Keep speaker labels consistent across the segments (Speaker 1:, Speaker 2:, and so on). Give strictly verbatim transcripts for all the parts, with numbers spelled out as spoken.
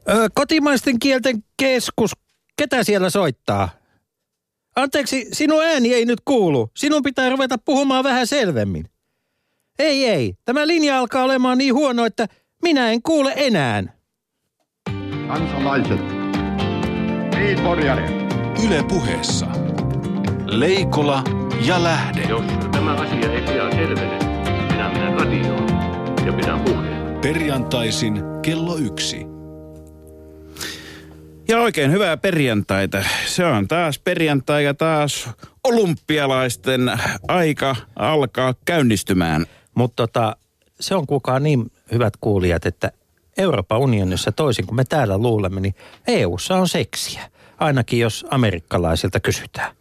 Speaker 1: Ö, kotimaisten kielten keskus. Ketä siellä soittaa? Anteeksi, sinun ääni ei nyt kuulu. Sinun pitää ruveta puhumaan vähän selvemmin. Ei, ei. Tämä linja alkaa olemaan niin huono, että minä en kuule enää.
Speaker 2: Kansalaiset. Niin, Porjari.
Speaker 3: Yle Puheessa. Leikola ja Lähde.
Speaker 4: Jos tämä asia ei pian selvene, minä menen radioon ja pidän puheen.
Speaker 3: Perjantaisin kello yksi.
Speaker 5: Ja oikein hyvää perjantaita. Se on taas perjantai ja taas olympialaisten aika alkaa käynnistymään.
Speaker 1: Mutta tota, se on kukaan niin hyvät kuulijat, että Euroopan unionissa toisin kuin me täällä luulemme, niin E U:ssa on seksiä. Ainakin jos amerikkalaisilta kysytään.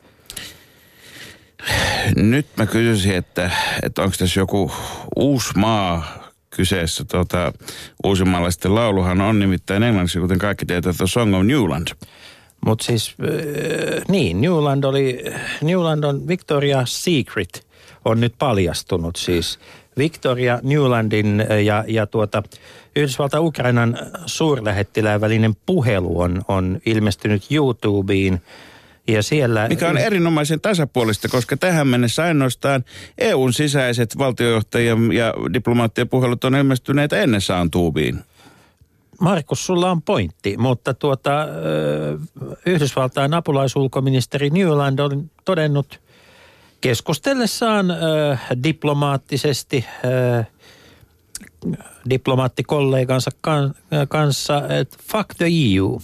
Speaker 5: Nyt mä kysyisin, että, että onko tässä joku uusi maa kyseessä. Tuota, uusimaalaisten lauluhan on nimittäin englanniksi, kuten kaikki tietää, The Song of Newland.
Speaker 1: Mutta siis, äh, niin, Newland oli, Newland on Victoria's Secret on nyt paljastunut siis. Victoria Newlandin ja, ja tuota, Yhdysvaltain-Ukrainan suurlähettilään välinen puhelu on, on ilmestynyt YouTubeen. Ja siellä...
Speaker 5: Mikä on erinomaisen tasapuolista, koska tähän mennessä ainoastaan E U:n sisäiset valtiojohtajien ja diplomaattien puhelut on ilmestyneet N S A:n tuubiin.
Speaker 1: Markus, sulla on pointti, mutta tuota, Yhdysvaltain apulaisulkoministeri Newland on todennut keskustellessaan äh, diplomaattisesti äh, diplomaattikollegansa kan, kanssa, että fuck the E U.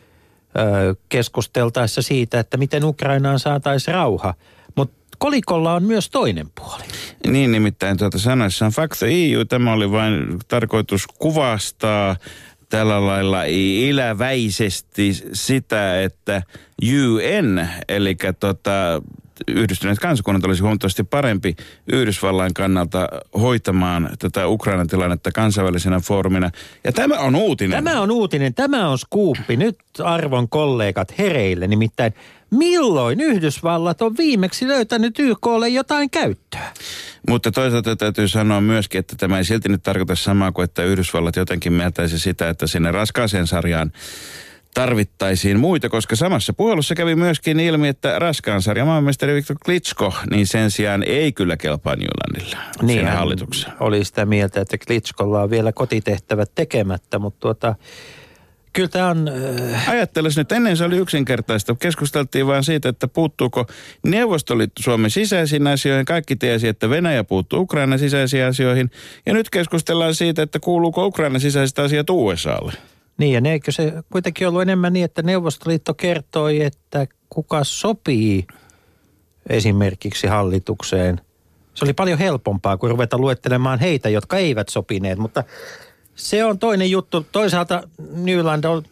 Speaker 1: Keskusteltaessa siitä, että miten Ukrainaan saataisiin rauha. Mutta kolikolla on myös toinen puoli.
Speaker 5: Niin, nimittäin tuota sanoissaan fuck the E U, tämä oli vain tarkoitus kuvastaa tällä lailla iläväisesti sitä, että U N, eli tota, Yhdistyneet kansakunnat olisi huomattavasti parempi Yhdysvallain kannalta hoitamaan tätä Ukrainan tilannetta kansainvälisenä foorumina. Ja tämä on uutinen.
Speaker 1: Tämä on uutinen, tämä on skuuppi. Nyt arvon kollegat hereille, nimittäin milloin Yhdysvallat on viimeksi löytänyt Y K:lle jotain käyttöä?
Speaker 5: Mutta toisaalta täytyy sanoa myöskin, että tämä ei silti nyt tarkoita samaa kuin, että Yhdysvallat jotenkin mieltäisi sitä, että sinne raskaaseen sarjaan tarvittaisiin muita, koska samassa puhelussa kävi myöskin ilmi, että raskaan sarjan maailmanmestari Viktor Klitschko, niin sen sijaan ei kyllä kelpaa Newlandilla
Speaker 1: niin,
Speaker 5: hallitukseen.
Speaker 1: Oli sitä mieltä, että Klitschkolla on vielä kotitehtävät tekemättä, mutta tuota, kyllä tämä on... Äh...
Speaker 5: Ajattelisi nyt, ennen se oli yksinkertaista. Keskusteltiin vain siitä, että puuttuuko Neuvostoliitto Suomen sisäisiin asioihin. Kaikki tiesi, että Venäjä puuttuu Ukrainan sisäisiin asioihin. Ja nyt keskustellaan siitä, että kuuluuko Ukrainan sisäiset asiat U S A:lle.
Speaker 1: Niin, ja ne, eikö se kuitenkin ollut enemmän niin, että Neuvostoliitto kertoi, että kuka sopii esimerkiksi hallitukseen. Se oli paljon helpompaa kuin ruveta luettelemaan heitä, jotka eivät sopineet, mutta se on toinen juttu. Toisaalta Newland on,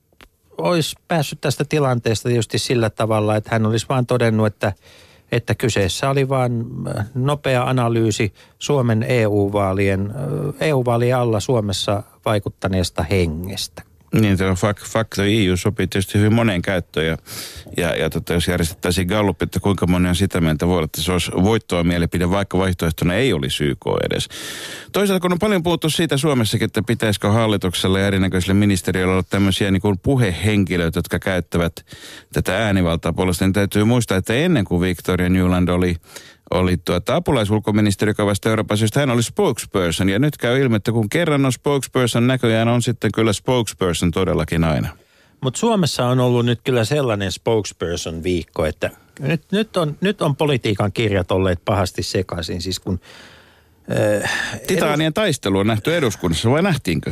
Speaker 1: olisi päässyt tästä tilanteesta tietysti sillä tavalla, että hän olisi vaan todennut, että, että kyseessä oli vain nopea analyysi Suomen E U-vaalien, E U-vaalien alla Suomessa vaikuttaneesta hengestä.
Speaker 5: Niin, tämä fuck, fuck the E U sopii tietysti hyvin moneen käyttöön ja, ja, ja tota, jos järjestettäisiin Gallup, että kuinka moni on sitä mieltä, voi olla, että se olisi voittava mielipide, vaikka vaihtoehtona ei olisi Y K edes. Toisaalta kun on paljon puhuttu siitä Suomessakin, että pitäisikö hallituksella ja erinäköisillä ministeriöillä olla tämmöisiä niin kuin puhehenkilöitä, jotka käyttävät tätä äänivaltaa puolesta, niin täytyy muistaa, että ennen kuin Victoria Newland oli oli tuota apulaisulkoministeri, joka vasta Euroopan syystä, hän oli spokesperson. Ja nyt käy ilmi, että kun kerran on spokesperson, näköjään on sitten kyllä spokesperson todellakin aina.
Speaker 1: Mutta Suomessa on ollut nyt kyllä sellainen spokesperson viikko, että nyt, nyt, on, nyt on politiikan kirjat olleet pahasti sekaisin. Siis kun,
Speaker 5: äh, Titaanien edus... taistelu on nähty eduskunnassa, vai nähtiinkö?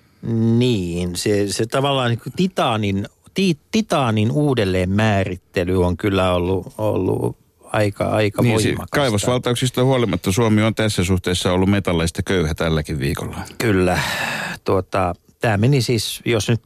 Speaker 1: Niin, se, se tavallaan niin kuin Titaanin, ti, Titaanin uudelleen määrittely on kyllä ollut... ollut aika, aika niin, voimakasta.
Speaker 5: Kaivosvaltauksista huolimatta Suomi on tässä suhteessa ollut metalleista köyhä tälläkin viikolla.
Speaker 1: Kyllä. Tuota, tämä meni siis, jos nyt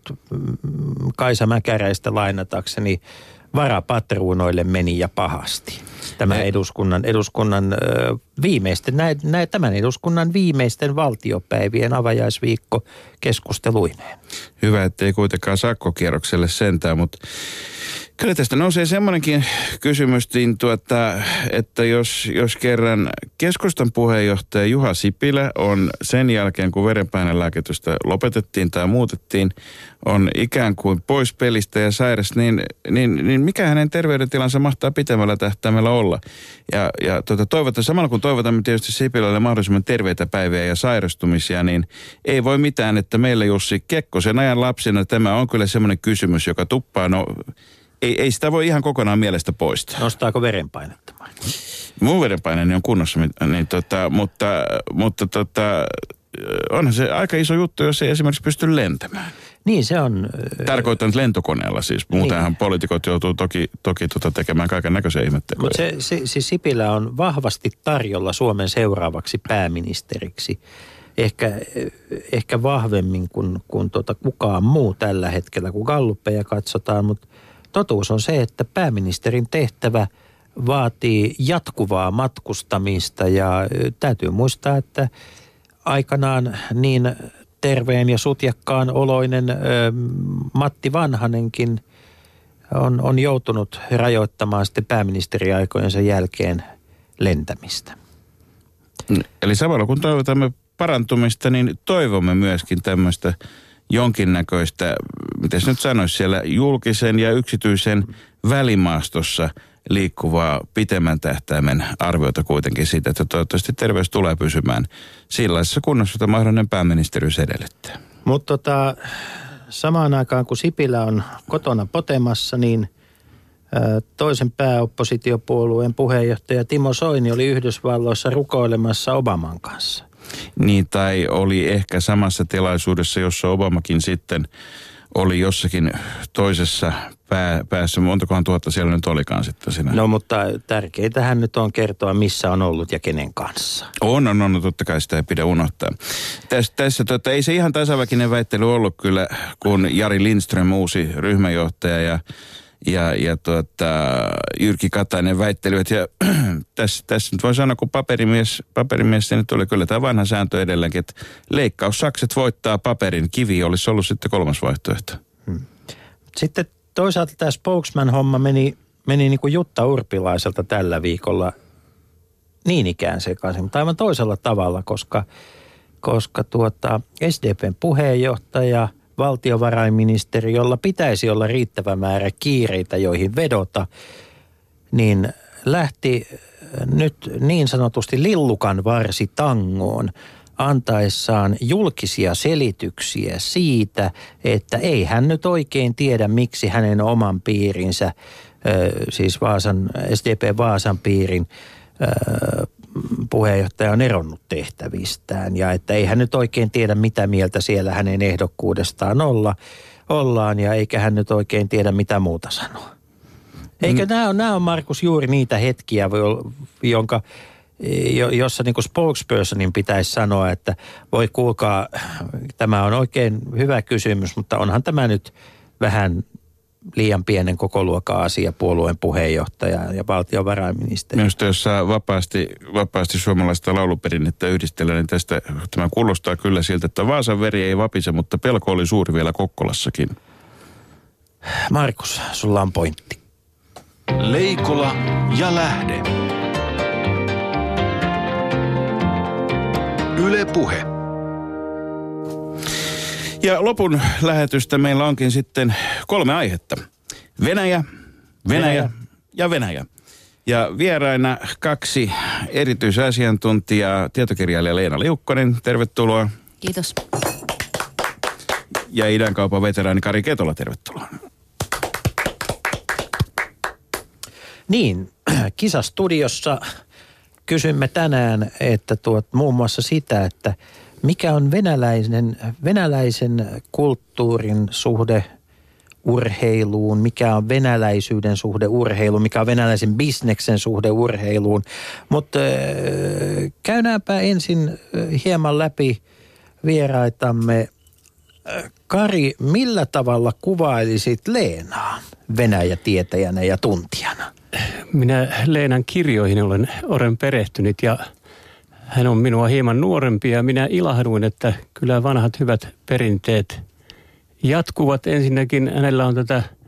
Speaker 1: Kaisa Mäkäräistä lainatakseni, varapatruunoille meni ja pahasti. Tämä eduskunnan, eduskunnan viimeisten, näin, näin, tämän eduskunnan viimeisten valtiopäivien avajaisviikko keskusteluineen.
Speaker 5: Hyvä, ettei kuitenkaan sakkokierrokselle sentään, mutta Kyllä tästä nousee semmoinenkin kysymys, niin tuota, että jos, jos kerran keskustan puheenjohtaja Juha Sipilä on sen jälkeen, kun verenpainelääkitystä lopetettiin tai muutettiin, on ikään kuin pois pelistä ja sairas, niin, niin, niin mikä hänen terveydentilansa mahtaa pitemmällä tähtäimellä olla? Ja, ja tuota, toivotaan, samalla kun toivotamme tietysti Sipilälle mahdollisimman terveitä päiviä ja sairastumisia, niin ei voi mitään, että meillä Jussi Kekkosen ajan lapsena tämä on kyllä semmoinen kysymys, joka tuppaa, no ei, ei sitä voi ihan kokonaan mielestä poistaa.
Speaker 1: Nostaako verenpainetta?
Speaker 5: Mun verenpaineeni on kunnossa, niin tota, mutta, mutta tota, onhan se aika iso juttu, jos ei esimerkiksi pysty lentämään.
Speaker 1: Niin se on.
Speaker 5: Tarkoitan lentokoneella siis. Muutenhan niin. Poliitikot joutuu toki, toki tota tekemään kaiken näköisiä ihmettekoja.
Speaker 1: Mutta se, se, se Sipilä on vahvasti tarjolla Suomen seuraavaksi pääministeriksi. Ehkä, ehkä vahvemmin kuin, kuin tuota kukaan muu tällä hetkellä, kun galluppeja katsotaan. Mutta totuus on se, että pääministerin tehtävä vaatii jatkuvaa matkustamista ja täytyy muistaa, että aikanaan niin terveen ja sutjakkaan oloinen ö, Matti Vanhanenkin on, on joutunut rajoittamaan sitten pääministeriaikojensa jälkeen lentämistä.
Speaker 5: Eli samalla kun toivotamme parantumista, niin toivomme myöskin tämmöistä jonkinnäköistä, miten nyt sanoisi, siellä julkisen ja yksityisen välimaastossa liikkuvaa pitemmän tähtäimen arviota kuitenkin siitä, että toivottavasti terveys tulee pysymään sellaisessa kunnossa, jota mahdollinen pääministeriys edellyttää.
Speaker 1: Mutta tota, samaan aikaan kun Sipilä on kotona potemassa, niin ä, toisen pääoppositiopuolueen puheenjohtaja Timo Soini oli Yhdysvalloissa rukoilemassa Obaman kanssa.
Speaker 5: Niin, tai oli ehkä samassa tilaisuudessa, jossa Obamakin sitten oli jossakin toisessa pää, päässä. Montakohan tuhatta siellä nyt olikaan sitten siinä?
Speaker 1: No, mutta tärkeintähän nyt on kertoa, missä on ollut ja kenen kanssa.
Speaker 5: On, on, on. No, totta kai sitä ei pidä unohtaa. Tässä, tässä tota, ei se ihan tasaväkinen väittely ollut kyllä, kun Jari Lindström, uusi ryhmäjohtaja ja Ja, ja tuota, Jyrki Katainen väittelivät, ja tässä, tässä nyt voi sanoa, kun paperimies, paperimies se nyt oli kyllä tämä vanha sääntö edelleenkin, että leikkaussakset voittaa paperin, kivi olisi ollut sitten kolmas vaihtoehto. Hmm.
Speaker 1: Sitten toisaalta tämä spokesman-homma meni, meni niin kuin Jutta Urpilaiselta tällä viikolla niin ikään sekaisin, mutta aivan toisella tavalla, koska, koska tuota S D P:n puheenjohtaja, valtiovarainministeri, jolla pitäisi olla riittävä määrä kiireitä, joihin vedota, niin lähti nyt niin sanotusti lillukan varsi tangoon antaessaan julkisia selityksiä siitä, että ei hän nyt oikein tiedä, miksi hänen oman piirinsä, siis Vaasan, S D P Vaasan piirin puheenjohtaja on eronnut tehtävistään ja että ei hän nyt oikein tiedä, mitä mieltä siellä hänen ehdokkuudestaan olla, ollaan ja eikä hän nyt oikein tiedä, mitä muuta sanoa. Eikö mm. nämä, on, nämä on, Markus, juuri niitä hetkiä, jonka, jossa niin kuin spokespersonin pitäisi sanoa, että voi kuulkaa, tämä on oikein hyvä kysymys, mutta onhan tämä nyt vähän liian pienen kokoluokan asia puolueen puheenjohtaja ja valtiovarainministeri.
Speaker 5: Minusta jos saa vapaasti, vapaasti suomalaista lauluperinnettä yhdistellä, niin tästä tämä kuulostaa kyllä siltä, että Vaasan veri ei vapise, mutta pelko oli suuri vielä Kokkolassakin.
Speaker 1: Markus, sulla on pointti.
Speaker 3: Leikola ja Lähde. Yle Puhe.
Speaker 5: Ja lopun lähetystä meillä onkin sitten kolme aihetta. Venäjä, Venäjä, Venäjä. ja Venäjä. Ja vieraina kaksi erityisasiantuntijaa, tietokirjailija Leena Liukkonen, tervetuloa.
Speaker 6: Kiitos.
Speaker 5: Ja idänkaupan veteraani Kari Ketola, tervetuloa.
Speaker 1: Niin, kisastudiossa kysymme tänään, että tuot muun muassa sitä, että mikä on venäläisen, venäläisen kulttuurin suhde urheiluun, mikä on venäläisyyden suhde urheiluun, mikä on venäläisen bisneksen suhde urheiluun. Mutta äh, käydäänpä ensin äh, hieman läpi vieraitamme. Äh, Kari, millä tavalla kuvailisit Leenaa Venäjä-tietäjänä ja tuntijana?
Speaker 7: Minä Leenan kirjoihin olen, olen perehtynyt ja hän on minua hieman nuorempi ja minä ilahduin, että kyllä vanhat hyvät perinteet jatkuvat. Ensinnäkin hänellä on tätä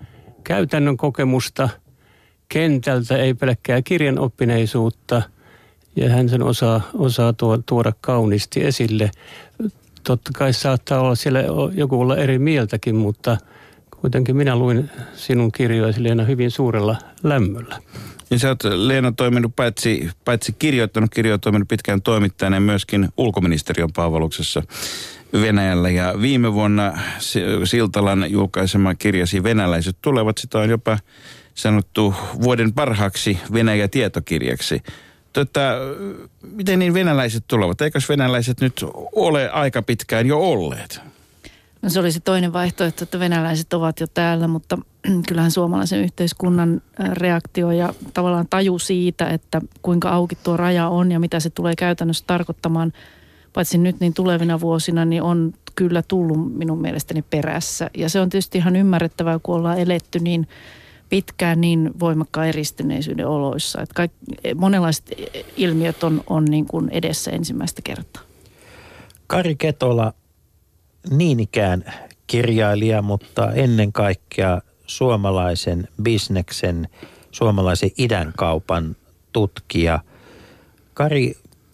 Speaker 7: käytännön kokemusta kentältä, ei pelkkää kirjan oppineisuutta, ja hän sen osaa, osaa tuoda kauniisti esille. Totta kai saattaa olla siellä joku olla eri mieltäkin, mutta kuitenkin minä luin sinun kirjoisi, Leena, hyvin suurella lämmöllä.
Speaker 5: Ja sä oot, Leena, toiminut paitsi, paitsi kirjoittanut, kirjoa toiminut pitkään toimittajana ja myöskin ulkoministeriön palveluksessa Venäjällä. Ja viime vuonna Siltalan julkaisema kirjasi Venäläiset tulevat, sitä on jopa sanottu vuoden parhaaksi Venäjä-tietokirjaksi. Tota, miten niin venäläiset tulevat? Eikös venäläiset nyt ole aika pitkään jo olleet?
Speaker 6: No se oli se toinen vaihtoehto, että venäläiset ovat jo täällä, mutta kyllähän suomalaisen yhteiskunnan reaktio ja tavallaan taju siitä, että kuinka auki tuo raja on ja mitä se tulee käytännössä tarkoittamaan, paitsi nyt niin tulevina vuosina, niin on kyllä tullut minun mielestäni perässä. Ja se on tietysti ihan ymmärrettävää, kun ollaan eletty niin pitkään niin voimakkaan eristyneisyyden oloissa. Että kaikki, monenlaiset ilmiöt on, on niin kuin edessä ensimmäistä kertaa.
Speaker 1: Kari Ketola, niin ikään kirjailija, mutta ennen kaikkea suomalaisen bisneksen, suomalaisen idänkaupan tutkija. Kari,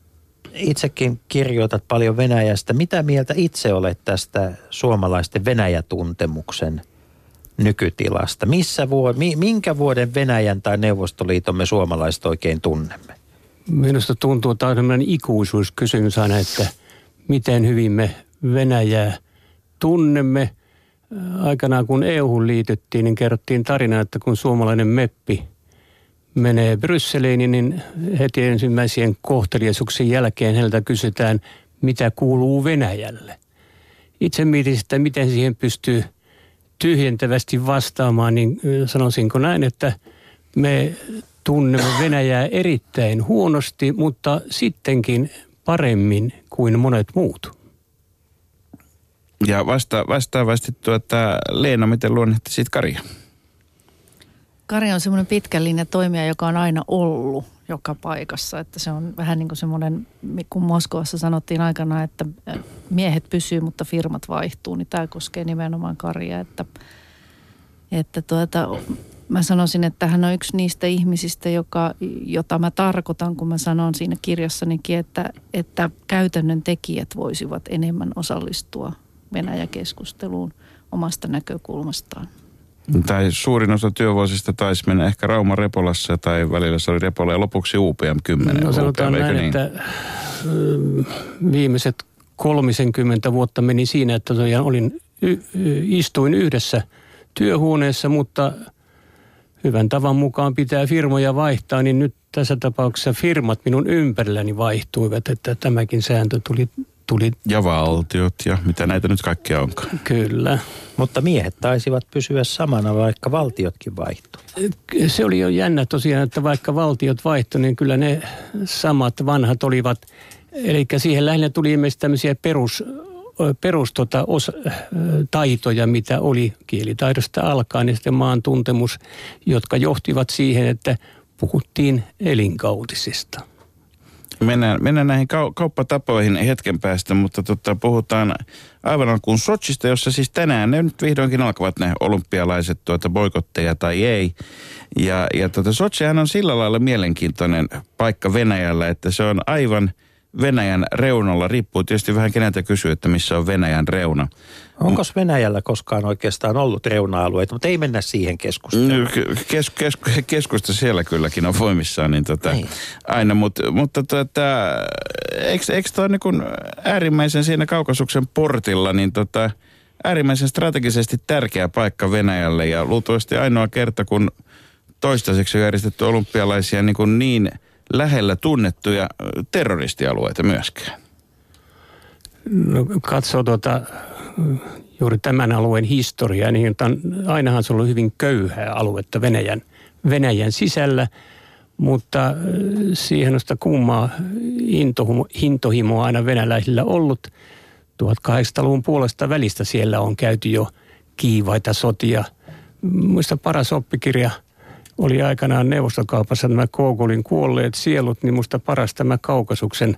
Speaker 1: itsekin kirjoitat paljon Venäjästä. Mitä mieltä itse olet tästä suomalaisten Venäjätuntemuksen nykytilasta? Missä vuod- minkä vuoden Venäjän tai Neuvostoliiton me suomalaiset oikein tunnemme?
Speaker 7: Minusta tuntuu, että on sellainen ikuisuuskysymys aina, että miten hyvin me Venäjää tunnemme. Aikanaan kun E U:hun liityttiin, niin kerrottiin tarina, että kun suomalainen meppi menee Brysseliin, niin heti ensimmäisien kohteliaisuuksien jälkeen häneltä kysytään, mitä kuuluu Venäjälle. Itse mietin sitä, miten siihen pystyy tyhjentävästi vastaamaan, niin sanoisinko näin, että me tunnemme Venäjää erittäin huonosti, mutta sittenkin paremmin kuin monet muut.
Speaker 5: Ja vasta, vastaavasti tuota, Leena, miten luonnehtisit Karia?
Speaker 6: Kari on semmoinen pitkän linjan toimija, joka on aina ollut joka paikassa. Että se on vähän niin kuin semmoinen, kun Moskovassa sanottiin aikanaan, että miehet pysyy, mutta firmat vaihtuu, niin tämä koskee nimenomaan Karia. Että, että tuota, mä sanoisin, että hän on yksi niistä ihmisistä, joka, jota mä tarkoitan, kun mä sanon siinä kirjassanikin, että, että käytännön tekijät voisivat enemmän osallistua Venäjä-keskusteluun omasta näkökulmastaan.
Speaker 5: Tai suurin osa työvuosista taisi mennä ehkä Rauma Repolassa tai välillä se oli Repola ja lopuksi U P M kymmenen.
Speaker 7: No sanotaan
Speaker 5: U P M,
Speaker 7: näin,
Speaker 5: niin?
Speaker 7: että viimeiset kolmisenkymmentä vuotta meni siinä, että tosiaan olin, y, istuin yhdessä työhuoneessa, mutta hyvän tavan mukaan pitää firmoja vaihtaa, niin nyt tässä tapauksessa firmat minun ympärilläni vaihtuivat, että tämäkin sääntö tuli Tuli.
Speaker 5: Ja valtiot ja mitä näitä nyt kaikkea onkaan.
Speaker 7: Kyllä.
Speaker 1: Mutta miehet taisivat pysyä samana, vaikka valtiotkin vaihtui.
Speaker 7: Se oli jo jännä tosiaan, että vaikka valtiot vaihtui, niin kyllä ne samat vanhat olivat. Eli siihen lähinnä tuli ilmeisesti tämmöisiä perus, perus tota, osa, taitoja, mitä oli kielitaidosta alkaen ja sitten maan tuntemus, jotka johtivat siihen, että puhuttiin elinkautisista.
Speaker 5: Mennään, mennään näihin kau- kauppatapoihin hetken päästä, mutta tota, puhutaan aivan alkuun Sotsista, jossa siis tänään ne nyt vihdoinkin alkavat ne olympialaiset tuota boikotteja tai ei. Ja, ja tota, Sotsihan on sillä lailla mielenkiintoinen paikka Venäjällä, että se on aivan Venäjän reunalla. Riippuu tietysti vähän keneltä kysyy, että missä on Venäjän reuna.
Speaker 1: Onko Venäjällä koskaan oikeastaan ollut reuna-alueita, mutta ei mennä siihen keskusteluun.
Speaker 5: Kes, kes, keskusta siellä kylläkin on voimissaan, niin tota, aina, Mut, mutta tota, eikö, eikö toi niin kuin äärimmäisen siinä Kaukasuksen portilla, niin tota, äärimmäisen strategisesti tärkeä paikka Venäjälle ja luultavasti ainoa kerta, kun toistaiseksi on järjestetty olympialaisia niin, kuin niin lähellä tunnettuja terroristialueita myöskään.
Speaker 7: No, katsoo tuota, juuri tämän alueen historiaa, niin on, ainahan se on ollut hyvin köyhää aluetta Venäjän, Venäjän sisällä, mutta siihen on sitä kummaa intohimoa aina venäläisillä ollut. tuhatkahdeksansataaluvun puolesta välistä siellä on käyty jo kiivaita sotia. Muista paras oppikirja oli aikanaan neuvostokaupassa nämä Gogolin Kuolleet sielut, niin musta paras tämä Kaukasuksen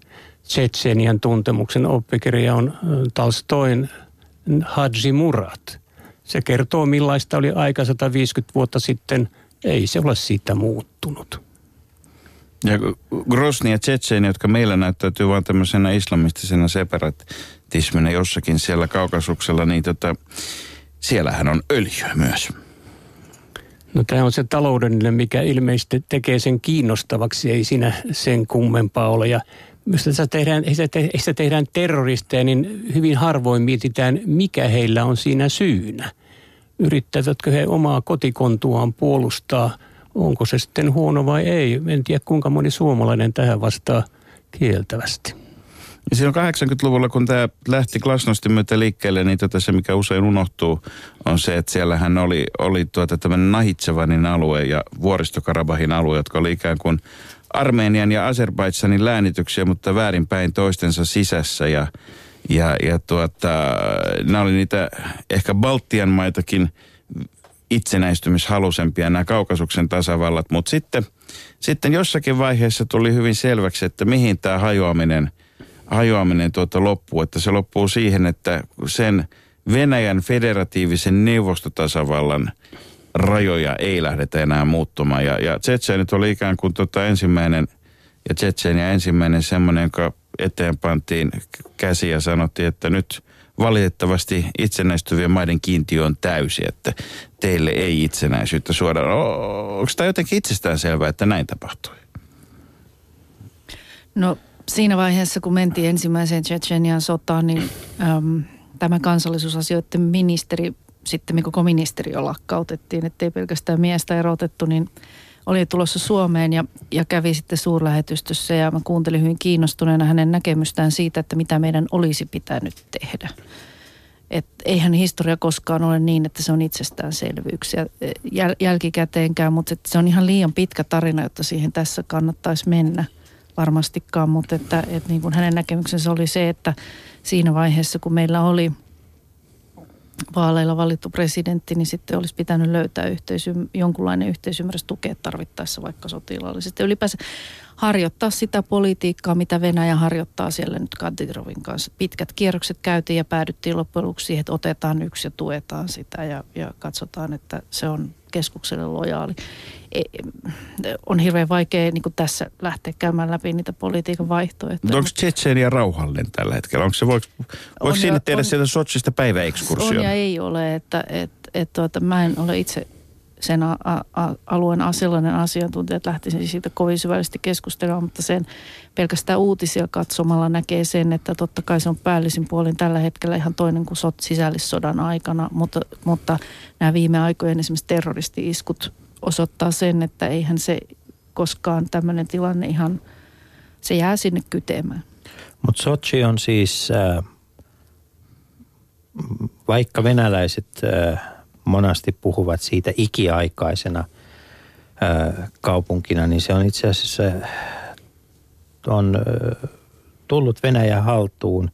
Speaker 7: Tšetšenian tuntemuksen oppikirja on Tolstoin Hadži Murat. Se kertoo, millaista oli aika sata viisikymmentä vuotta sitten. Ei se ole siitä muuttunut.
Speaker 5: Ja Grozny ja Tšetšenia, jotka meillä näyttäytyy vain tämmöisenä islamistisena separatismina jossakin siellä Kaukasuksella, niin tota, siellähän on öljyä myös.
Speaker 7: No tämä on se taloudellinen, mikä ilmeisesti tekee sen kiinnostavaksi, ei siinä sen kummempaa ole. Ja jos sitä tehdään, sitä tehdään terroristeja, niin hyvin harvoin mietitään, mikä heillä on siinä syynä. Yrittävätkö he omaa kotikontuaan puolustaa, onko se sitten huono vai ei. En tiedä, kuinka moni suomalainen tähän vastaa kieltävästi.
Speaker 5: Ja silloin kahdeksankymmentäluvulla, kun tämä lähti glasnostin myötä liikkeelle, niin tota se, mikä usein unohtuu, on se, että siellähän oli, oli tuota tämmöinen Nahitsevanin alue ja Vuoristokarabahin alue, jotka oli ikään kuin Armenian ja Azerbaidžanin läänityksiä, mutta väärinpäin toistensa sisässä. Ja, ja, ja tuota, nämä oli niitä ehkä Baltian maitakin itsenäistymishalusempia, nämä Kaukasuksen tasavallat. Mutta sitten, sitten jossakin vaiheessa tuli hyvin selväksi, että mihin tämä hajoaminen hajoaminen tuota loppuu, että se loppuu siihen, että sen Venäjän federatiivisen neuvostotasavallan rajoja ei lähdetä enää muuttumaan. Ja, ja Tšetšenia oli ikään kuin tota ensimmäinen, ja Tšetšenia ensimmäinen semmoinen, joka eteen pantiin käsi ja sanottiin, että nyt valitettavasti itsenäistyvien maiden kiintiö on täysi, että teille ei itsenäisyyttä suodaan. Onko tämä jotenkin itsestään selvää, että näin tapahtui?
Speaker 6: No siinä vaiheessa, kun mentiin ensimmäiseen Tšetšenian sotaan, niin äm, tämä kansallisuusasioiden ministeri, sitten koko ministeriö lakkautettiin, ettei pelkästään miestä erotettu, niin oli tulossa Suomeen ja, ja kävi sitten suurlähetystössä ja mä kuuntelin hyvin kiinnostuneena hänen näkemystään siitä, että mitä meidän olisi pitänyt tehdä. Et eihän historia koskaan ole niin, että se on itsestäänselvyyksiä jäl, jälkikäteenkään, mutta se on ihan liian pitkä tarina, jotta siihen tässä kannattaisi mennä. Varmastikaan, mutta että, että niin kuin hänen näkemyksensä oli se, että siinä vaiheessa, kun meillä oli vaaleilla valittu presidentti, niin sitten olisi pitänyt löytää yhteisy- jonkunlainen yhteisymmärrys tukea tarvittaessa vaikka sotilaallisesti. Ylipäänsä harjoittaa sitä politiikkaa, mitä Venäjä harjoittaa siellä nyt Kadirovin kanssa. Pitkät kierrokset käytiin ja päädyttiin loppujen lopuksi siihen, että otetaan yksi ja tuetaan sitä ja, ja katsotaan, että se on keskukselle lojaali. E, on hirveän vaikea niin kuin tässä lähteä käymään läpi niitä politiikan vaihtoehtoja.
Speaker 5: Onko Tšetšenia rauhallinen tällä hetkellä? Onko se, voiko, voiko sinne tehdä on, sieltä Sotsista päiväekskursioon?
Speaker 6: On ja ei ole, että et, et, tuota, mä en ole itse sen a, a, alueen sellainen asiantuntija, että lähtisin siitä kovin syvällisesti keskustelemaan, mutta sen pelkästään uutisia katsomalla näkee sen, että totta kai se on päällisin puolin tällä hetkellä ihan toinen kuin sot, sisällissodan aikana, mutta, mutta nämä viime aikojen esimerkiksi terroristi-iskut osoittaa sen, että eihän se koskaan tämmöinen tilanne ihan, se jää sinne kytemään.
Speaker 1: Mutta Sotsi on siis, äh, vaikka venäläiset äh, monasti puhuvat siitä ikiaikaisena äh, kaupunkina, niin se on itse asiassa on äh, tullut Venäjän haltuun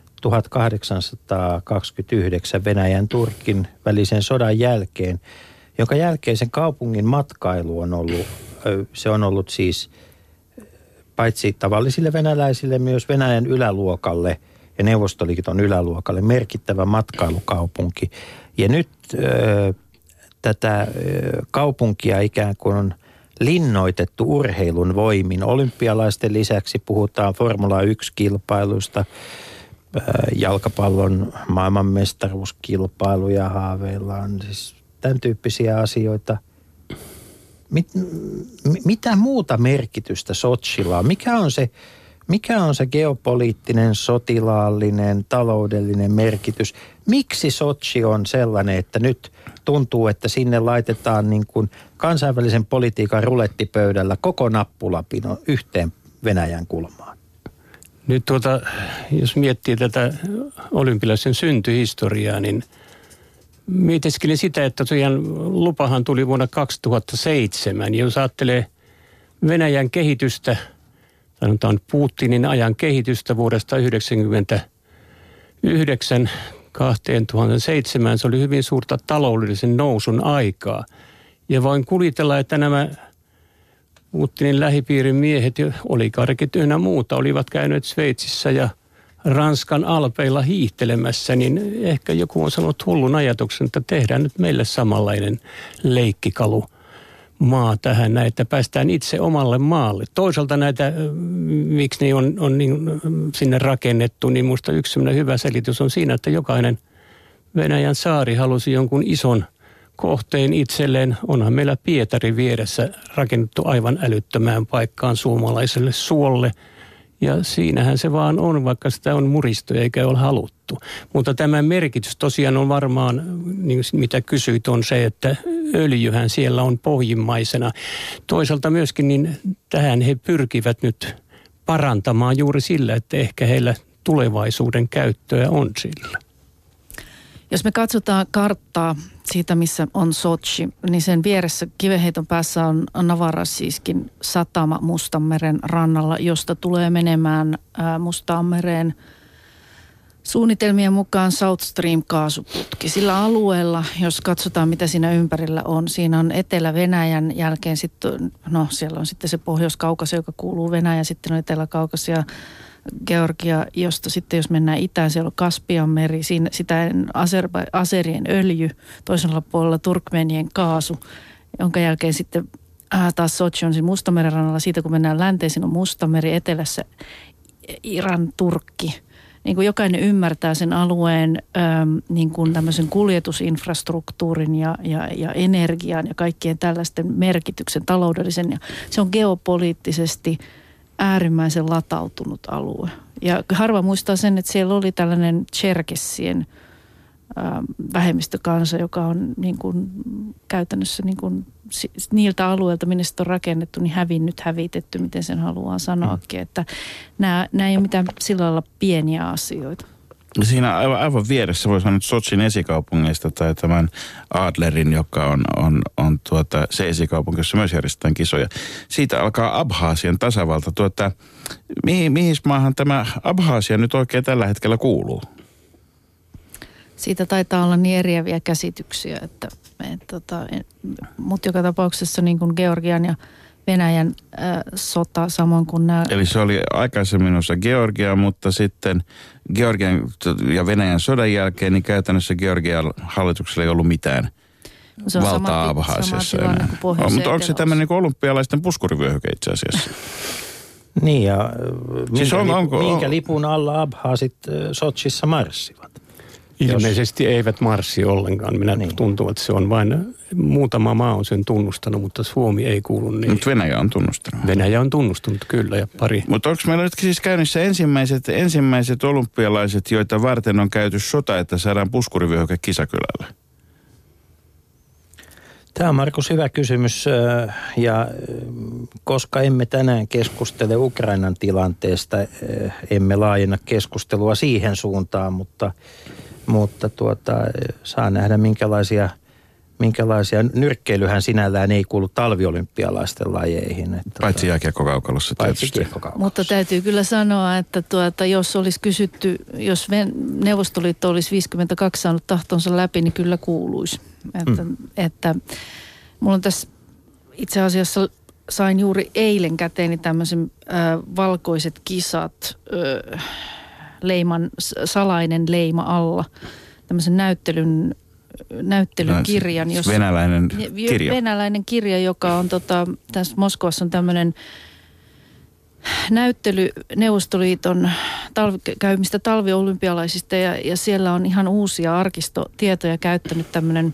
Speaker 1: tuhatkahdeksansataakaksikymmentäyhdeksän Venäjän Turkin välisen sodan jälkeen, jonka jälkeen sen kaupungin matkailu on ollut, äh, se on ollut siis paitsi tavallisille venäläisille myös Venäjän yläluokalle ja Neuvostoliiton yläluokalle merkittävä matkailukaupunki. Ja nyt ö, tätä ö, kaupunkia ikään kuin on linnoitettu urheilun voimin. Olympialaisten lisäksi puhutaan Formula yksi-kilpailusta, ö, jalkapallon maailmanmestaruuskilpailuja haaveillaan, siis tämän tyyppisiä asioita. Mit, mitä muuta merkitystä Sotšilla on? Mikä on se, mikä on se geopoliittinen, sotilaallinen, taloudellinen merkitys? Miksi Sotši on sellainen, että nyt tuntuu, että sinne laitetaan niin kuin kansainvälisen politiikan rulettipöydällä koko nappulapino yhteen Venäjän kulmaan?
Speaker 7: Nyt tuota, jos miettii tätä olympialaisen syntyhistoriaa, niin mietiskelin sitä, että tosiaan lupahan tuli vuonna kaksituhattaseitsemän. Jos ajattelee Venäjän kehitystä, sanotaan Putinin ajan kehitystä vuodesta yhdeksänkymmentäyhdeksän kaksituhattaseitsemän, se oli hyvin suurta taloudellisen nousun aikaa. Ja voin kuvitella, että nämä Putinin lähipiirin miehet ja oligarkit ynnä muuta olivat käyneet Sveitsissä ja Ranskan alpeilla hiihtelemässä, niin ehkä joku on sanonut hullun ajatuksen, että tehdään nyt meille samanlainen leikkikalu maa tähän, että päästään itse omalle maalle. Toisaalta näitä, miksi ne on, on niin, sinne rakennettu, niin minusta yksi sellainen hyvä selitys on siinä, että jokainen Venäjän saari halusi jonkun ison kohteen itselleen. Onhan meillä Pietari vieressä rakennettu aivan älyttömään paikkaan suomalaiselle suolle. Ja siinähän se vaan on, vaikka sitä on muristu eikä ole haluttu. Mutta tämä merkitys tosiaan on varmaan, niin mitä kysyit, on se, että öljyhän siellä on pohjimmaisena. Toisaalta myöskin niin tähän he pyrkivät nyt parantamaan juuri sillä, että ehkä heillä tulevaisuuden käyttöä on sillä.
Speaker 6: Jos me katsotaan karttaa siitä, missä on Sotši, niin sen vieressä kivenheiton päässä on Novorossijskin satama Mustanmeren rannalla, josta tulee menemään Mustanmereen suunnitelmien mukaan South Stream-kaasuputki. Sillä alueella, jos katsotaan mitä siinä ympärillä on, siinä on Etelä-Venäjän jälkeen sitten, no siellä on sitten se Pohjois-Kaukasia, joka kuuluu Venäjään, sitten on Etelä-Kaukasia, Georgia, josta sitten jos mennään itään, siellä on Kaspianmeri, siinä sitä Aserba, Aserien öljy, toisella puolella Turkmenien kaasu, jonka jälkeen sitten äh, taas Sotši on siinä Mustanmeren rannalla. Siitä kun mennään länteen, siinä on Mustanmeri, etelässä Iran, Turkki. Niin kuin jokainen ymmärtää sen alueen ähm, niin kuin tämmöisen kuljetusinfrastruktuurin ja, ja, ja energian ja kaikkien tällaisten merkityksen taloudellisen. Ja se on geopoliittisesti äärimmäisen latautunut alue. Ja harva muistaa sen, että siellä oli tällainen Tšerkessien äh, vähemmistökansa, joka on niin kuin, käytännössä niin kuin, niiltä alueilta, minne sitä on rakennettu, niin hävinnyt, hävitetty, miten sen haluaa sanoakin. Että nämä, nämä ei ole mitään sillä lailla pieniä asioita.
Speaker 5: Siinä aivan, aivan vieressä voi sanoa nyt Sotšin esikaupungeista tai tämän Adlerin, joka on, on, on tuota, se esikaupunki, jossa myös järjestetään kisoja. Siitä alkaa Abhaasian tasavalta. Tuota, mihin, mihin maahan tämä Abhaasia nyt oikein tällä hetkellä kuuluu?
Speaker 6: Siitä taitaa olla niin eriäviä käsityksiä, että, että, että mutta joka tapauksessa niin kuin Georgian ja Venäjän äh, sota samoin kuin nämä. Eli
Speaker 5: se oli aikaisemmin osa Georgia, mutta sitten Georgian ja Venäjän sodan jälkeen niin käytännössä Georgian hallituksella ei ollut mitään
Speaker 6: no
Speaker 5: valtaa Abhaasiassa enää. No, mutta onko se tämmöinen niin olympialaisten puskurivyöhyke itse asiassa?
Speaker 1: Niin ja
Speaker 5: siis
Speaker 1: minkä,
Speaker 5: on, onko,
Speaker 1: minkä
Speaker 5: on,
Speaker 1: lipun alla Abhaasit Sotšissa marssivat?
Speaker 7: Ilmeisesti Jos... eivät marssi ollenkaan. Minä niin. Tuntuu, että se on vain, muutama maa on sen tunnustanut, mutta Suomi ei kuulu niin.
Speaker 5: Mutta Venäjä on tunnustanut.
Speaker 7: Venäjä on tunnustunut, kyllä, ja pari.
Speaker 5: Mutta onko meillä nyt siis käynnissä ensimmäiset, ensimmäiset olympialaiset, joita varten on käyty sota, että saadaan puskurivyöhyke Kisakylälle?
Speaker 1: Tämä on, Markus, hyvä kysymys, ja koska emme tänään keskustele Ukrainan tilanteesta, emme laajenna keskustelua siihen suuntaan, mutta, mutta tuota, saa nähdä minkälaisia, minkälaisia, nyrkkeilyhän sinällään ei kuulu talviolympialaisten lajeihin. Että
Speaker 5: paitsi jääkiekkokaukalossa tietysti.
Speaker 6: Mutta täytyy kyllä sanoa, että tuota, jos olisi kysytty, jos Neuvostoliitto olisi viisikymmentäkaksi saanut tahtonsa läpi, niin kyllä kuuluisi. Että, mm. että mulla on tässä itse asiassa sain juuri eilen käteeni tämmöisen äh, valkoiset kisat äh, leiman, salainen leima alla, tämmöisen näyttelyn näyttelykirjan.
Speaker 5: Jos, venäläinen kirja.
Speaker 6: Venäläinen kirja, joka on tota, tässä Moskovassa on tämmöinen näyttely Neuvostoliiton talvi, käymistä talviolympialaisista ja, ja siellä on ihan uusia arkistotietoja käyttänyt tämmöinen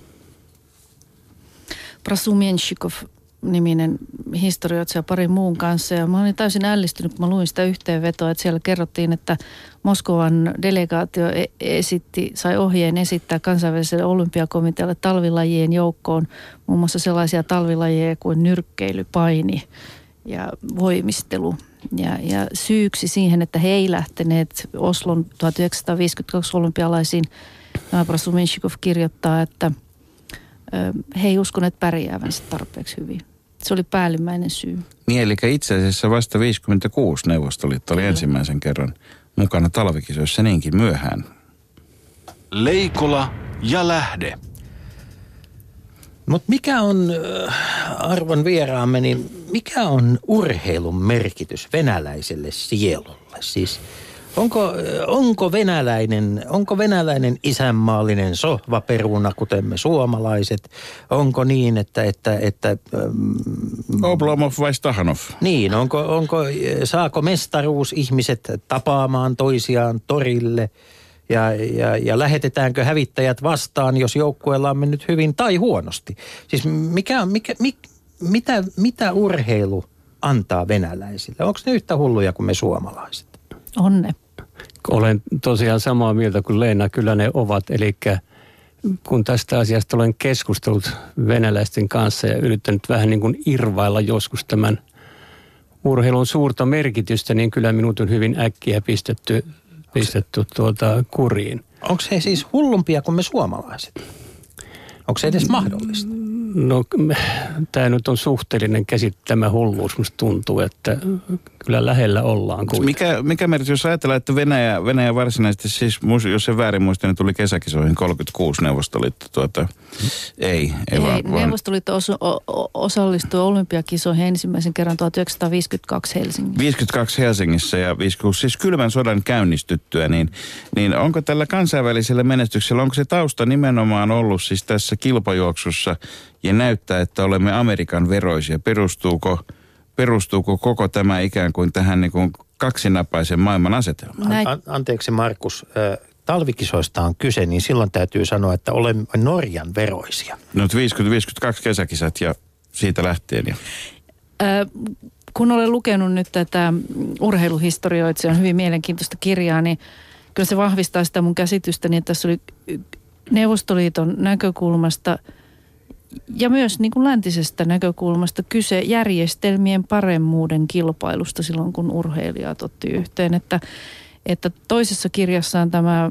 Speaker 6: Prasumienshikov-niminen historioitsija parin muun kanssa. Ja mä olin täysin ällistynyt, kun mä luin sitä yhteenvetoa, että siellä kerrottiin, että Moskovan delegaatio esitti, sai ohjeen esittää kansainväliselle olympiakomitealle talvilajien joukkoon muun muassa sellaisia talvilajeja kuin nyrkkeily, paini ja voimistelu. Ja, ja syyksi siihen, että he ei lähteneet Oslon tuhatyhdeksänsataaviisikymmentäkaksi olympialaisiin, Prasumienshikov kirjoittaa, että he ei uskoneet pärjäävänsä tarpeeksi hyvin. Se oli päällimmäinen syy.
Speaker 5: Niin, eli itse asiassa vasta viisikymmentäkuusi Neuvostoliitto oli ensimmäisen kerran mukana talvikisoissa niinkin myöhään.
Speaker 3: Leikola ja Lähde.
Speaker 1: Mutta mikä on, arvon vieraamme, niin mikä on urheilun merkitys venäläiselle sielulle? Siis Onko, onko, venäläinen, onko venäläinen isänmaallinen sohvaperuna, kuten me suomalaiset? Onko niin, että... että, että ähm,
Speaker 5: Oblomov vai Stahanov?
Speaker 1: Niin, onko, onko, saako mestaruus ihmiset tapaamaan toisiaan torille? Ja, ja, ja lähetetäänkö hävittäjät vastaan, jos joukkueella on mennyt hyvin tai huonosti? Siis mikä, mikä, mikä, mitä, mitä urheilu antaa venäläisille? Onko ne yhtä hulluja kuin me suomalaiset?
Speaker 6: On ne.
Speaker 7: Olen tosiaan samaa mieltä kuin Leena, kyllä ne ovat. Eli kun tästä asiasta olen keskustellut venäläisten kanssa ja yrittänyt vähän niin kuin irvailla joskus tämän urheilun suurta merkitystä, niin kyllä minut on hyvin äkkiä pistetty, pistetty tuota kuriin.
Speaker 1: Onko he siis hullumpia kuin me suomalaiset? Onko se edes mahdollista?
Speaker 7: No tämä nyt on suhteellinen käsite, tämä hulluus. Musta tuntuu, että kyllä lähellä ollaan.
Speaker 5: Mikä, mikä merkitys, jos ajatellaan, että Venäjä, Venäjä varsinaisesti, siis jos se väärin muistan, niin tuli kesäkisoihin kolmekymmentäkuusi Neuvostoliitto. Tuota, mm. Ei, ei, ei vaan,
Speaker 6: Neuvostoliitto osu, o, osallistui olympiakisoihin ensimmäisen kerran tuhatyhdeksänsataaviisikymmentäkaksi Helsingissä.
Speaker 5: viisikymmentäkaksi Helsingissä ja viisikymmentäkuusi, siis kylmän sodan käynnistyttyä, niin, niin onko tällä kansainvälisellä menestyksellä, onko se tausta nimenomaan ollut siis tässä kilpajuoksussa ja näyttää, että olemme Amerikan veroisia? Perustuuko, perustuuko koko tämä ikään kuin tähän niin kuin kaksinapaisen maailman asetelmaan?
Speaker 1: An, an, anteeksi Markus, äh, talvikisoista on kyse, niin silloin täytyy sanoa, että olemme Norjan veroisia.
Speaker 5: No viisikymmentä viisikymmentäkaksi kesäkisat ja siitä lähtien. Ja.
Speaker 6: Äh, kun olen lukenut nyt tätä urheiluhistorioitsijan hyvin mielenkiintoista kirjaa, niin kyllä se vahvistaa sitä mun käsitystäni, että tässä oli Neuvostoliiton näkökulmasta ja myös niin kuin läntisestä näkökulmasta kyse järjestelmien paremmuuden kilpailusta silloin, kun urheilijat otti yhteen. Että, että toisessa kirjassaan tämä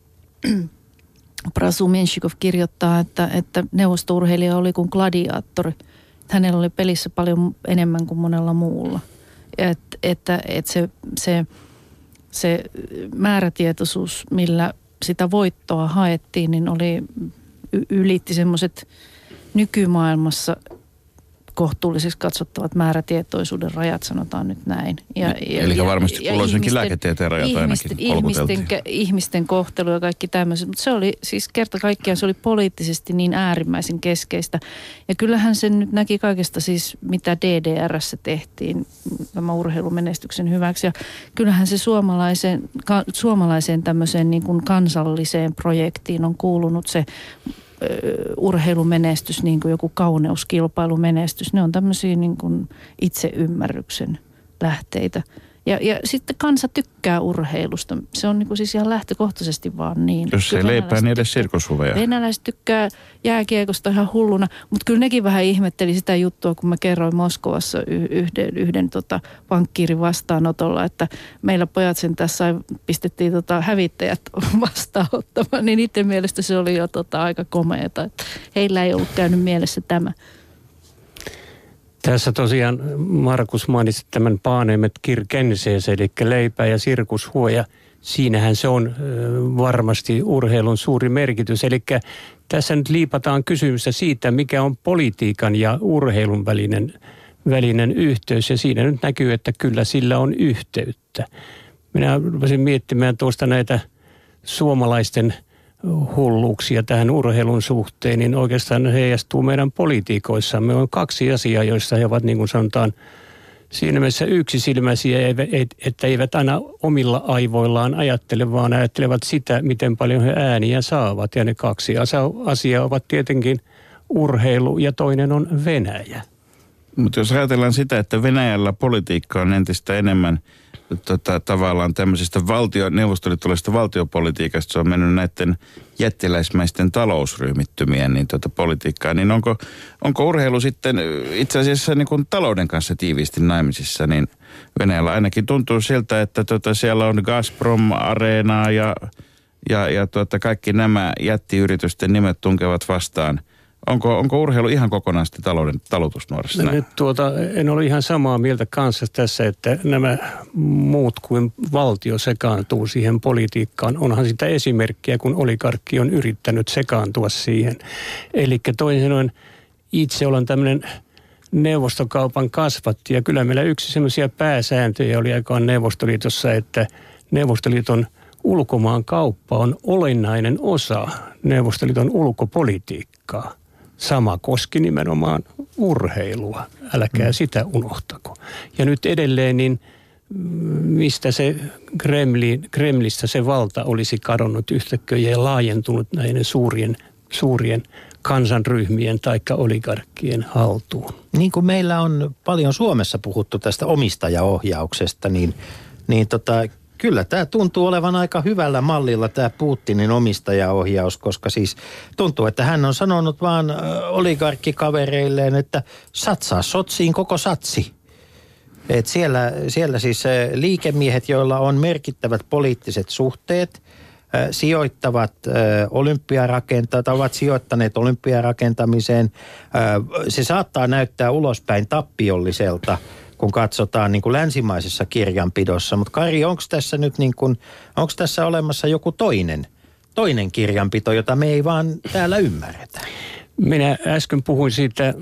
Speaker 6: Prasu Menshikov kirjoittaa, että, että neuvostourheilija oli kuin gladiaattori. Hänellä oli pelissä paljon enemmän kuin monella muulla. Että, että, että se, se, se määrätietoisuus, millä sitä voittoa haettiin, niin oli ylitti semmoiset nykymaailmassa kohtuulliseksi katsottavat määrätietoisuuden rajat, sanotaan nyt näin. Ja, ja,
Speaker 5: Eli
Speaker 6: ja,
Speaker 5: varmasti kulloisenkin lääketieteen rajat
Speaker 6: ihmisten,
Speaker 5: ainakin
Speaker 6: ihmisten, ihmisten kohtelu ja kaikki tämmöiset. Mutta se oli siis kerta kaikkiaan, se oli poliittisesti niin äärimmäisen keskeistä. Ja kyllähän sen nyt näki kaikesta siis, mitä D D R:ssä tehtiin tämän urheilumenestyksen hyväksi. Ja kyllähän se suomalaiseen, ka, suomalaiseen tämmöiseen niin kuin kansalliseen projektiin on kuulunut se urheilumenestys, niin kuin joku kauneuskilpailumenestys. Ne on tämmöisiä niin kuin itseymmärryksen lähteitä. Ja, ja sitten kansa tykkää urheilusta. Se on niin kuin siis ihan lähtökohtaisesti vaan niin.
Speaker 5: Jos ei leipää, niin edes sirkushuveja.
Speaker 6: Venäläiset tykkää jääkiekosta ihan hulluna, mutta kyllä nekin vähän ihmetteli sitä juttua, kun mä kerroin Moskovassa yhden, yhden tota pankkiirin vastaanotolla, että meillä pojat sen tässä pistettiin tota hävittäjät vastaanottamaan, niin niiden mielestä se oli jo tota aika komeeta, että heillä ei ollut käynyt mielessä tämä.
Speaker 7: Tässä tosiaan Markus mainitsi tämän Paanemet kirkensees, eli leipä ja sirkushuoja. Siinähän se on varmasti urheilun suuri merkitys. Eli tässä nyt liipataan kysymystä siitä, mikä on politiikan ja urheilun välinen, välinen yhteys. Ja siinä nyt näkyy, että kyllä sillä on yhteyttä. Minä rupesin miettimään tuosta näitä suomalaisten hulluuksia tähän urheilun suhteen, niin oikeastaan heijastuu meidän politiikoissamme. On kaksi asiaa, joissa he ovat niin kuin sanotaan siinä mielessä yksisilmäisiä, että eivät aina omilla aivoillaan ajattele, vaan ajattelevat sitä, miten paljon he ääniä saavat. Ja ne kaksi asiaa ovat tietenkin urheilu ja toinen on Venäjä.
Speaker 5: Mutta jos ajatellaan sitä, että Venäjällä politiikka on entistä enemmän tota, tavallaan tämmöisestä valtio, neuvostoliittolaisesta valtiopolitiikasta, se on mennyt näiden jättiläismäisten talousryhmittymien niin tota, politiikkaan, niin onko, onko urheilu sitten itse asiassa niin kuin talouden kanssa tiiviisti naimisissa, niin Venäjällä ainakin tuntuu siltä, että tota, siellä on Gazprom, Areenaa ja, ja, ja tota, kaikki nämä jättiyritysten nimet tunkevat vastaan. Onko, onko urheilu ihan kokonaan sitten talouden talutusnuorassa?
Speaker 7: Nyt tuota, en ole ihan samaa mieltä kanssa tässä, että nämä muut kuin valtio sekaantuu siihen politiikkaan. Onhan sitä esimerkkiä, kun oligarkki on yrittänyt sekaantua siihen. Eli toisin sanoen itse olen tämmöinen neuvostokaupan kasvatti ja kyllä meillä yksi semmoisia pääsääntöjä oli aikaan Neuvostoliitossa, että Neuvostoliiton ulkomaan kauppa on olennainen osa Neuvostoliiton ulkopolitiikkaa. Sama koski nimenomaan urheilua, älkää sitä unohtako. Ja nyt edelleen, niin mistä se Kremlin, Kremlistä se valta olisi kadonnut yhtäkkiä ja laajentunut näiden suurien, suurien kansanryhmien tai oligarkkien haltuun.
Speaker 1: Niin kuin meillä on paljon Suomessa puhuttu tästä omistajaohjauksesta, niin, niin tota, kyllä tämä tuntuu olevan aika hyvällä mallilla tämä Putinin omistajaohjaus, koska siis tuntuu, että hän on sanonut vaan oligarkkikavereilleen, että satsaa Sotsiin koko satsi. Et siellä, siellä siis liikemiehet, joilla on merkittävät poliittiset suhteet, sijoittavat olympiarakentajat, ovat sijoittaneet olympiarakentamiseen. Se saattaa näyttää ulospäin tappiolliselta, kun katsotaan niin kuin länsimaisessa kirjanpidossa. Mutta Kari, onko tässä nyt niin kuin, onko tässä olemassa joku toinen, toinen kirjanpito, jota me ei vaan täällä ymmärretä?
Speaker 7: Minä äsken puhuin siitä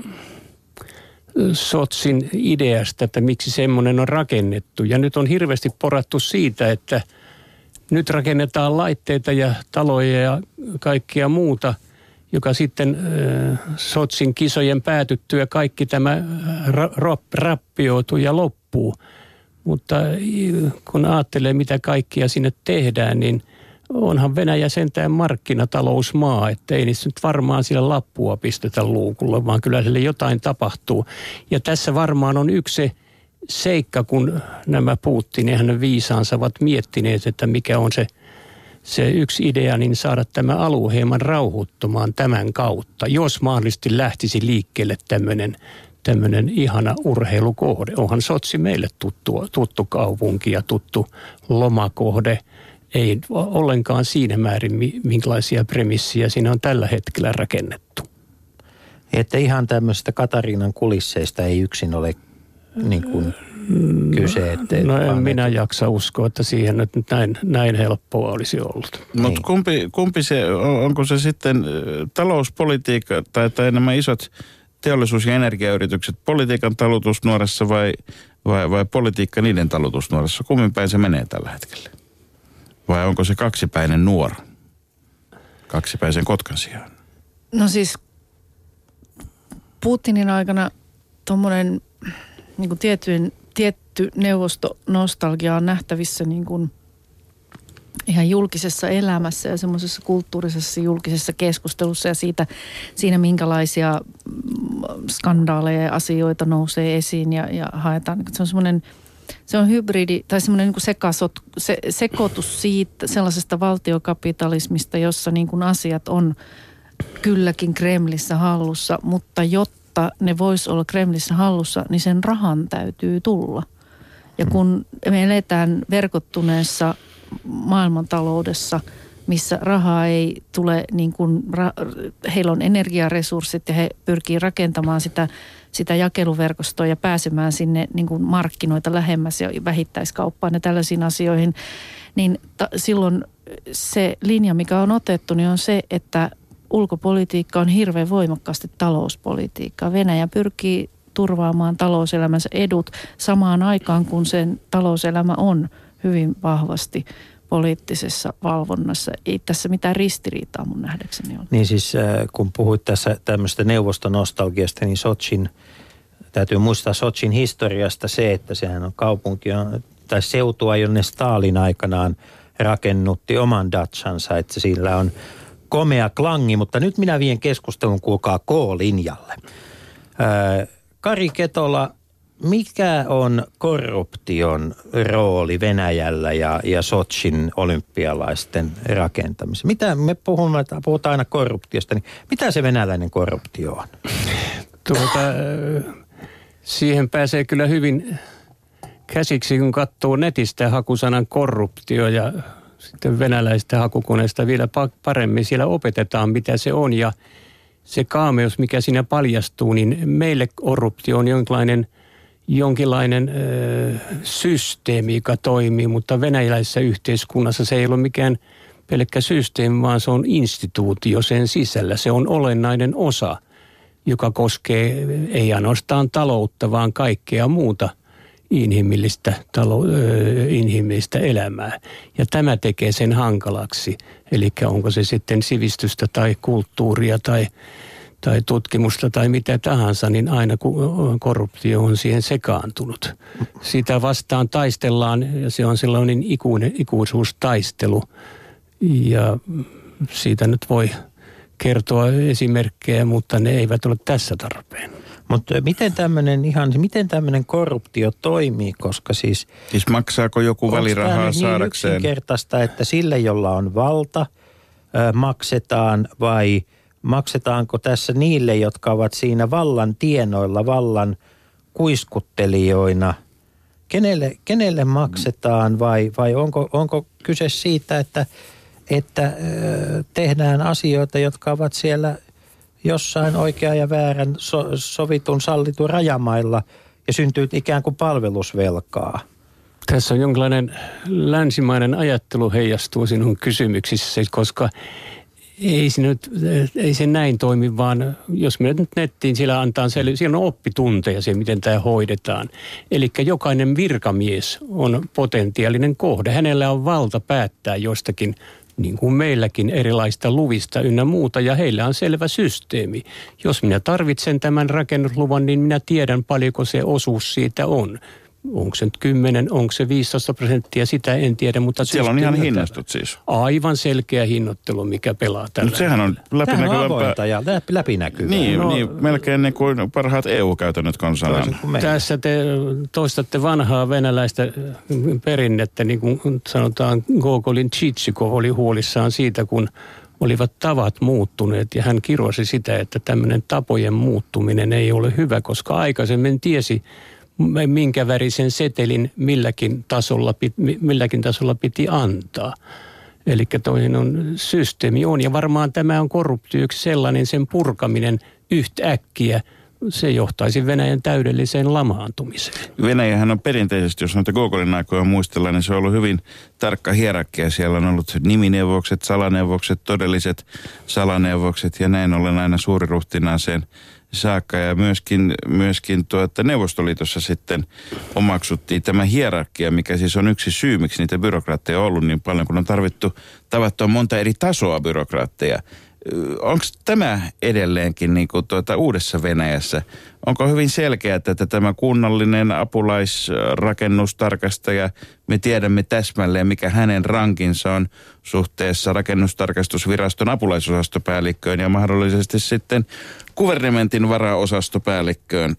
Speaker 7: Sotsin ideasta, että miksi semmoinen on rakennettu. Ja nyt on hirveästi porattu siitä, että nyt rakennetaan laitteita ja taloja ja kaikkia muuta, joka sitten äh, Sotsin kisojen päätyttyä kaikki tämä ra- rappioituu ja loppuu. Mutta kun ajattelee, mitä kaikkia sinne tehdään, niin onhan Venäjä sentään markkinatalousmaa, että ei niistä nyt varmaan sillä lappua pistetä luukulle, vaan kyllä sille jotain tapahtuu. Ja tässä varmaan on yksi se seikka, kun nämä Putin ja hänen viisaansa ovat miettineet, että mikä on se, se yksi idea, niin saada tämä alue hieman rauhoittumaan tämän kautta, jos mahdollisesti lähtisi liikkeelle tämmöinen tämmöinen ihana urheilukohde. Onhan Sotsi meille tuttu, tuttu kaupunki ja tuttu lomakohde. Ei ollenkaan siinä määrin, minkälaisia premissiä siinä on tällä hetkellä rakennettu.
Speaker 1: Että ihan tämmöistä Katariinan kulisseista ei yksin ole niin kuin kyse. Että
Speaker 7: no en minä et... jaksa uskoa, että siihen nyt näin, näin helppoa olisi ollut.
Speaker 5: Mutta niin. kumpi, kumpi se, onko se sitten talouspolitiikka tai, tai nämä isot teollisuus- ja energiayritykset politiikan talutusnuorassa vai, vai, vai politiikka niiden talutusnuorassa? Kummin päin se menee tällä hetkellä? Vai onko se kaksipäinen nuora? Kaksipäisen kotkan sijaan?
Speaker 6: No siis Putinin aikana tuommoinen niin kuin tietyn, tietty neuvostonostalgia on nähtävissä niin kuin ihan julkisessa elämässä ja semmoisessa kulttuurisessa julkisessa keskustelussa ja siitä, siinä minkälaisia skandaaleja ja asioita nousee esiin ja, ja haetaan. Se on semmoinen, se on hybridi tai semmoinen niin kuin sekasot, se, sekoitus siitä sellaisesta valtiokapitalismista, jossa niin kuin asiat on kylläkin Kremlissä hallussa, mutta jotta ne vois olla Kremlissä hallussa, niin sen rahan täytyy tulla. Ja kun me eletään verkottuneessa maailmantaloudessa, missä rahaa ei tule, niin kuin, heillä on energiaresurssit ja he pyrkii rakentamaan sitä, sitä jakeluverkostoa ja pääsemään sinne niin kuin markkinoita lähemmäs ja vähittäiskauppaan ja tällaisiin asioihin, niin ta, silloin se linja, mikä on otettu, niin on se, että ulkopolitiikka on hirveän voimakkaasti talouspolitiikkaa. Venäjä pyrkii turvaamaan talouselämänsä edut samaan aikaan, kun sen talouselämä on hyvin vahvasti poliittisessa valvonnassa. Ei tässä mitään ristiriitaa mun nähdäkseni ole.
Speaker 1: Niin siis kun puhuit tässä tämmöistä neuvostonostalgiasta, niin Sotsin, täytyy muistaa Sotsin historiasta se, että sehän on kaupunki, tai seutua, jonne Stalin aikanaan rakennutti oman datsansa, että sillä on komea klangi, mutta nyt minä vien keskustelun, kuulkaa, K-linjalle. Ää, Kari Ketola, mikä on korruption rooli Venäjällä ja, ja Sotsin olympialaisten rakentamisessa? Mitä me puhumme, puhutaan aina korruptiosta, niin mitä se venäläinen korruptio on?
Speaker 7: Tuota, siihen pääsee kyllä hyvin käsiksi, kun katsoo netistä hakusanan korruptio ja sitten venäläistä hakukoneesta vielä paremmin. Siellä opetetaan, mitä se on ja se kaameus, mikä siinä paljastuu, niin meille korruptio on jonkinlainen, jonkinlainen ö, systeemi, joka toimii, mutta venäläisessä yhteiskunnassa se ei ole mikään pelkkä systeemi, vaan se on instituutio sen sisällä. Se on olennainen osa, joka koskee ei ainoastaan taloutta, vaan kaikkea muuta inhimillistä, talo, inhimillistä elämää. Ja tämä tekee sen hankalaksi. Eli onko se sitten sivistystä tai kulttuuria tai, tai tutkimusta tai mitä tahansa, niin aina korruptio on siihen sekaantunut. Sitä vastaan taistellaan ja se on sellainen ikuinen, ikuisuustaistelu. Ja siitä nyt voi kertoa esimerkkejä, mutta ne eivät ole tässä tarpeen.
Speaker 1: Mutta miten tämmöinen ihan, miten tämmöinen korruptio toimii, koska siis...
Speaker 5: Siis maksaako joku välirahaa
Speaker 1: niin
Speaker 5: saadakseen?
Speaker 1: Yksinkertaista, että sille, jolla on valta, maksetaan vai maksetaanko tässä niille, jotka ovat siinä vallan tienoilla, vallan kuiskuttelijoina? Kenelle, kenelle maksetaan vai, vai onko, onko kyse siitä, että, että tehdään asioita, jotka ovat siellä jossain oikean ja väärän so, sovitun sallitun rajamailla ja syntyy ikään kuin palvelusvelkaa?
Speaker 7: Tässä on jonkinlainen länsimainen ajattelu heijastuu sinun kysymyksissä, koska ei se, nyt, ei se näin toimi, vaan jos me nyt nettiin, siellä antaa sel- siellä on oppitunteja se, miten tämä hoidetaan. Eli jokainen virkamies on potentiaalinen kohde. Hänellä on valta päättää jostakin, niin kuin meilläkin, erilaista luvista ynnä muuta, ja heillä on selvä systeemi. Jos minä tarvitsen tämän rakennusluvan, niin minä tiedän paljonko se osuus siitä on. Onko se nyt kymmenen, onko se viisitoista prosenttia, sitä en tiedä, mutta...
Speaker 5: Siellä on ihan hinnastut siis.
Speaker 7: Aivan selkeä hinnoittelu, mikä pelaa tällä.
Speaker 5: Mutta sehän on läpinäkyvämpää.
Speaker 1: Tämähän on avointa ja läpinäkyvää.
Speaker 5: Niin,
Speaker 7: no,
Speaker 5: niin, melkein niin kuin parhaat E U-käytännöt konsanaan.
Speaker 7: Tässä te toistatte vanhaa venäläistä perinnettä, niin kuin sanotaan, Gogolin Chichiko oli huolissaan siitä, kun olivat tavat muuttuneet, ja hän kirosi sitä, että tämmöinen tapojen muuttuminen ei ole hyvä, koska aikaisemmin tiesi, minkä värisen setelin milläkin tasolla, milläkin tasolla piti antaa. Eli toinen on systeemi on, ja varmaan tämä on korruptio yksi sellainen, sen purkaminen yhtäkkiä, se johtaisi Venäjän täydelliseen lamaantumiseen.
Speaker 5: Venäjähän on perinteisesti, jos noita Gogolin aikoja muistellaan, niin se on ollut hyvin tarkka hierarkia. Siellä on ollut nimineuvokset, salaneuvokset, todelliset salaneuvokset ja näin ollen aina suuriruhtinaaseen saakka. Ja myöskin, myöskin tuota Neuvostoliitossa sitten omaksuttiin tämä hierarkia, mikä siis on yksi syy, miksi niitä byrokraatteja on ollut niin paljon, kun on tarvittu tavattua monta eri tasoa byrokraatteja. Onko tämä edelleenkin niin kuin tuota uudessa Venäjässä? Onko hyvin selkeää, että tämä kunnallinen apulaisrakennustarkastaja, me tiedämme täsmälleen, mikä hänen rankinsa on suhteessa rakennustarkastusviraston apulaisosastopäällikköön ja mahdollisesti sitten kuvernementin varaosastopäällikköön?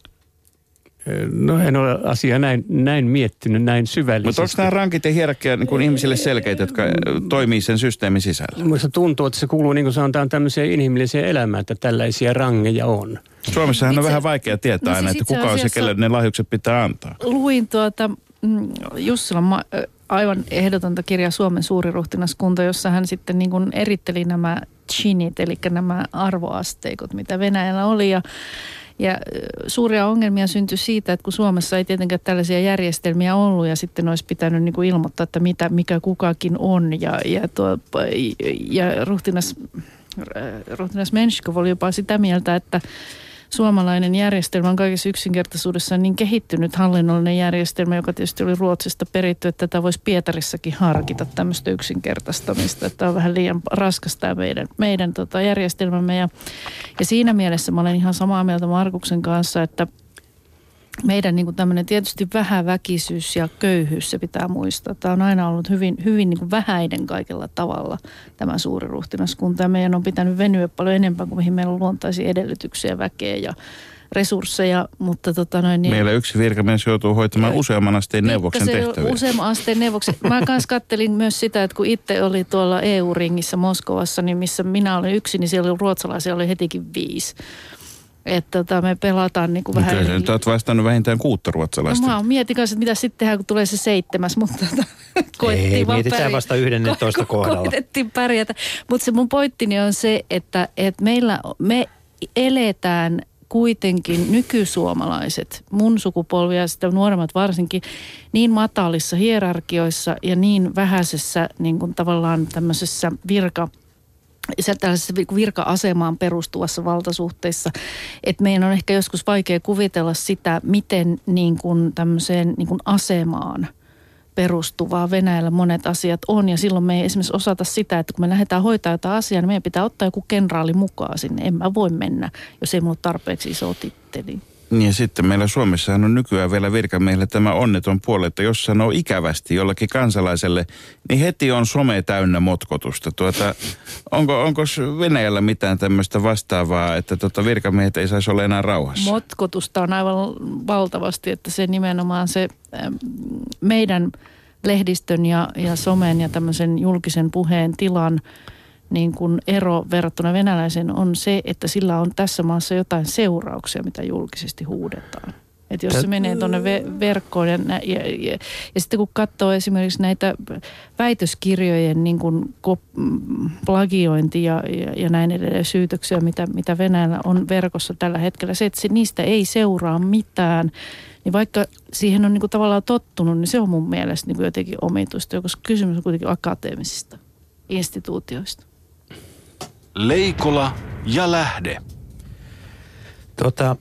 Speaker 7: No en ole asiaa näin, näin miettinyt, näin syvällisesti.
Speaker 5: Mutta onko nämä rankit ja hierarkia niin kuin ihmisille selkeitä, jotka toimii sen systeemin sisällä?
Speaker 7: Minusta tuntuu, että se kuuluu niin kuin sanotaan tämmöiseen inhimilliseen elämään, että tällaisia rangeja on.
Speaker 5: Suomessahan
Speaker 6: Itse,
Speaker 5: on vähän vaikea tietää
Speaker 6: no
Speaker 5: aina,
Speaker 6: siis
Speaker 5: että kuka on se, kelle ne lahjukset pitää antaa.
Speaker 6: Luin tuota Jussilan ma- aivan ehdotonta kirjaa Suomen suuriruhtinaskunta, jossa hän sitten niin kuin eritteli nämä chinit, eli nämä arvoasteikot, mitä Venäjällä oli, ja Ja suuria ongelmia syntyi siitä, että kun Suomessa ei tietenkään tällaisia järjestelmiä ollut ja sitten olisi pitänyt niin kuin ilmoittaa, että mitä, mikä kukakin on. Ja, ja, tuo, ja ruhtinas, ruhtinas Menshikov oli jopa sitä mieltä, että suomalainen järjestelmä on kaikessa yksinkertaisuudessaan niin kehittynyt hallinnollinen järjestelmä, joka tietysti oli Ruotsista peritty, että tätä voisi Pietarissakin harkita tämmöistä yksinkertaistamista, että on vähän liian raskasta meidän, meidän tota järjestelmämme. Ja, ja siinä mielessä mä olen ihan samaa mieltä Markuksen kanssa, että meidän niin kuin tämmöinen tietysti vähäväkisyys ja köyhyys, se pitää muistaa. Tämä on aina ollut hyvin, hyvin niin kuin vähäinen kaikella tavalla tämä suuriruhtinaskunta. Ja meidän on pitänyt venyä paljon enemmän kuin mihin meillä on luontaisia edellytyksiä, väkeä ja resursseja. Mutta tota noin, niin
Speaker 5: meillä yksi virkamies joutuu hoitamaan useamman asteen neuvoksen tehtäviä.
Speaker 6: Useamman asteen neuvoksen. Mä kanssa kattelin myös sitä, että kun itse oli tuolla E U-ringissä Moskovassa, niin missä minä olin yksi, niin siellä oli ruotsalaisia oli hetikin viisi. Että tota, me pelataan niin kuin vähän...
Speaker 5: Kyllä, nyt olet vastannut vähintään kuutta ruotsalaista.
Speaker 6: No, mä mietin kanssa, että mitä sitten tehdään, kun tulee se seitsemäs, mutta tota, koettiin
Speaker 1: Ei,
Speaker 6: vaan
Speaker 1: mietitään
Speaker 6: pärjää.
Speaker 1: vasta yhdennentoista kohdalla.
Speaker 6: Koitettiin pärjätä. Mutta se mun pointtini on se, että, että meillä, me eletään kuitenkin nykysuomalaiset, mun sukupolvi ja sitä nuoremmat varsinkin, niin matalissa hierarkioissa ja niin vähäisessä niin kuin tavallaan tämmöisessä virka tällaisessa virka-asemaan perustuvassa valtasuhteessa, että meidän on ehkä joskus vaikea kuvitella sitä, miten niin kuin tämmöiseen niin kuin asemaan perustuvaa Venäjällä monet asiat on. Ja silloin me ei esimerkiksi osata sitä, että kun me lähdetään hoitaa jotain asiaa, niin meidän pitää ottaa joku kenraali mukaan sinne. En mä voi mennä, jos ei mulla ole tarpeeksi iso titteli.
Speaker 5: Niin ja sitten meillä Suomessahan on nykyään vielä virkamiehillä tämä onneton puoli, että jos sanoo ikävästi jollakin kansalaiselle, niin heti on some täynnä motkotusta. Tuota, onko, onko Venäjällä mitään tämmöistä vastaavaa, että tuota virkamiehet ei saisi olla enää rauhassa?
Speaker 6: Motkotusta on aivan valtavasti, että se nimenomaan se meidän lehdistön ja, ja somen ja tämmöisen julkisen puheen tilan niin kuin ero verrattuna venäläisen on se, että sillä on tässä maassa jotain seurauksia, mitä julkisesti huudetaan. Että jos se menee tuonne ve- verkkoon ja, ja, ja, ja sitten kun katsoo esimerkiksi näitä väitöskirjojen niin kuin plagiointi ja, ja, ja näin edelleen syytöksiä, mitä, mitä Venäjällä on verkossa tällä hetkellä, se, että se, niistä ei seuraa mitään, niin vaikka siihen on niin kuin tavallaan tottunut, niin se on mun mielestä niin kuin jotenkin omituista, koska kysymys on kuitenkin akateemisista instituutioista.
Speaker 3: Leikola ja Lähde.
Speaker 1: Tota,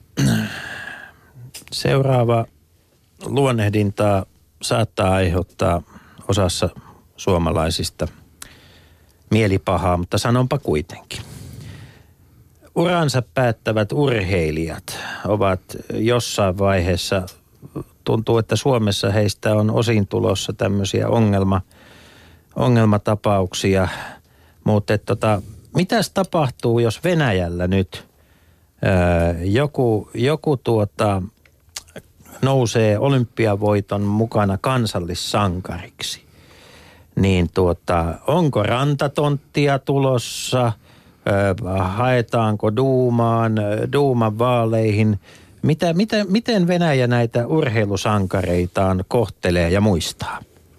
Speaker 1: seuraava luonnehdinta saattaa aiheuttaa osassa suomalaisista mielipahaa, mutta sanonpa kuitenkin. Uransa päättävät urheilijat ovat jossain vaiheessa, tuntuu, että Suomessa heistä on osin tulossa tämmöisiä ongelma, ongelmatapauksia, mutta tota, mitäs tapahtuu, jos Venäjällä nyt ää, joku, joku tuota, nousee olympiavoiton mukana kansallissankariksi? Niin tuota, onko rantatonttia tulossa? Ää, haetaanko Duumaan, Duuman vaaleihin? Mitä, mitä, miten Venäjä näitä urheilusankareitaan kohtelee ja muistaa?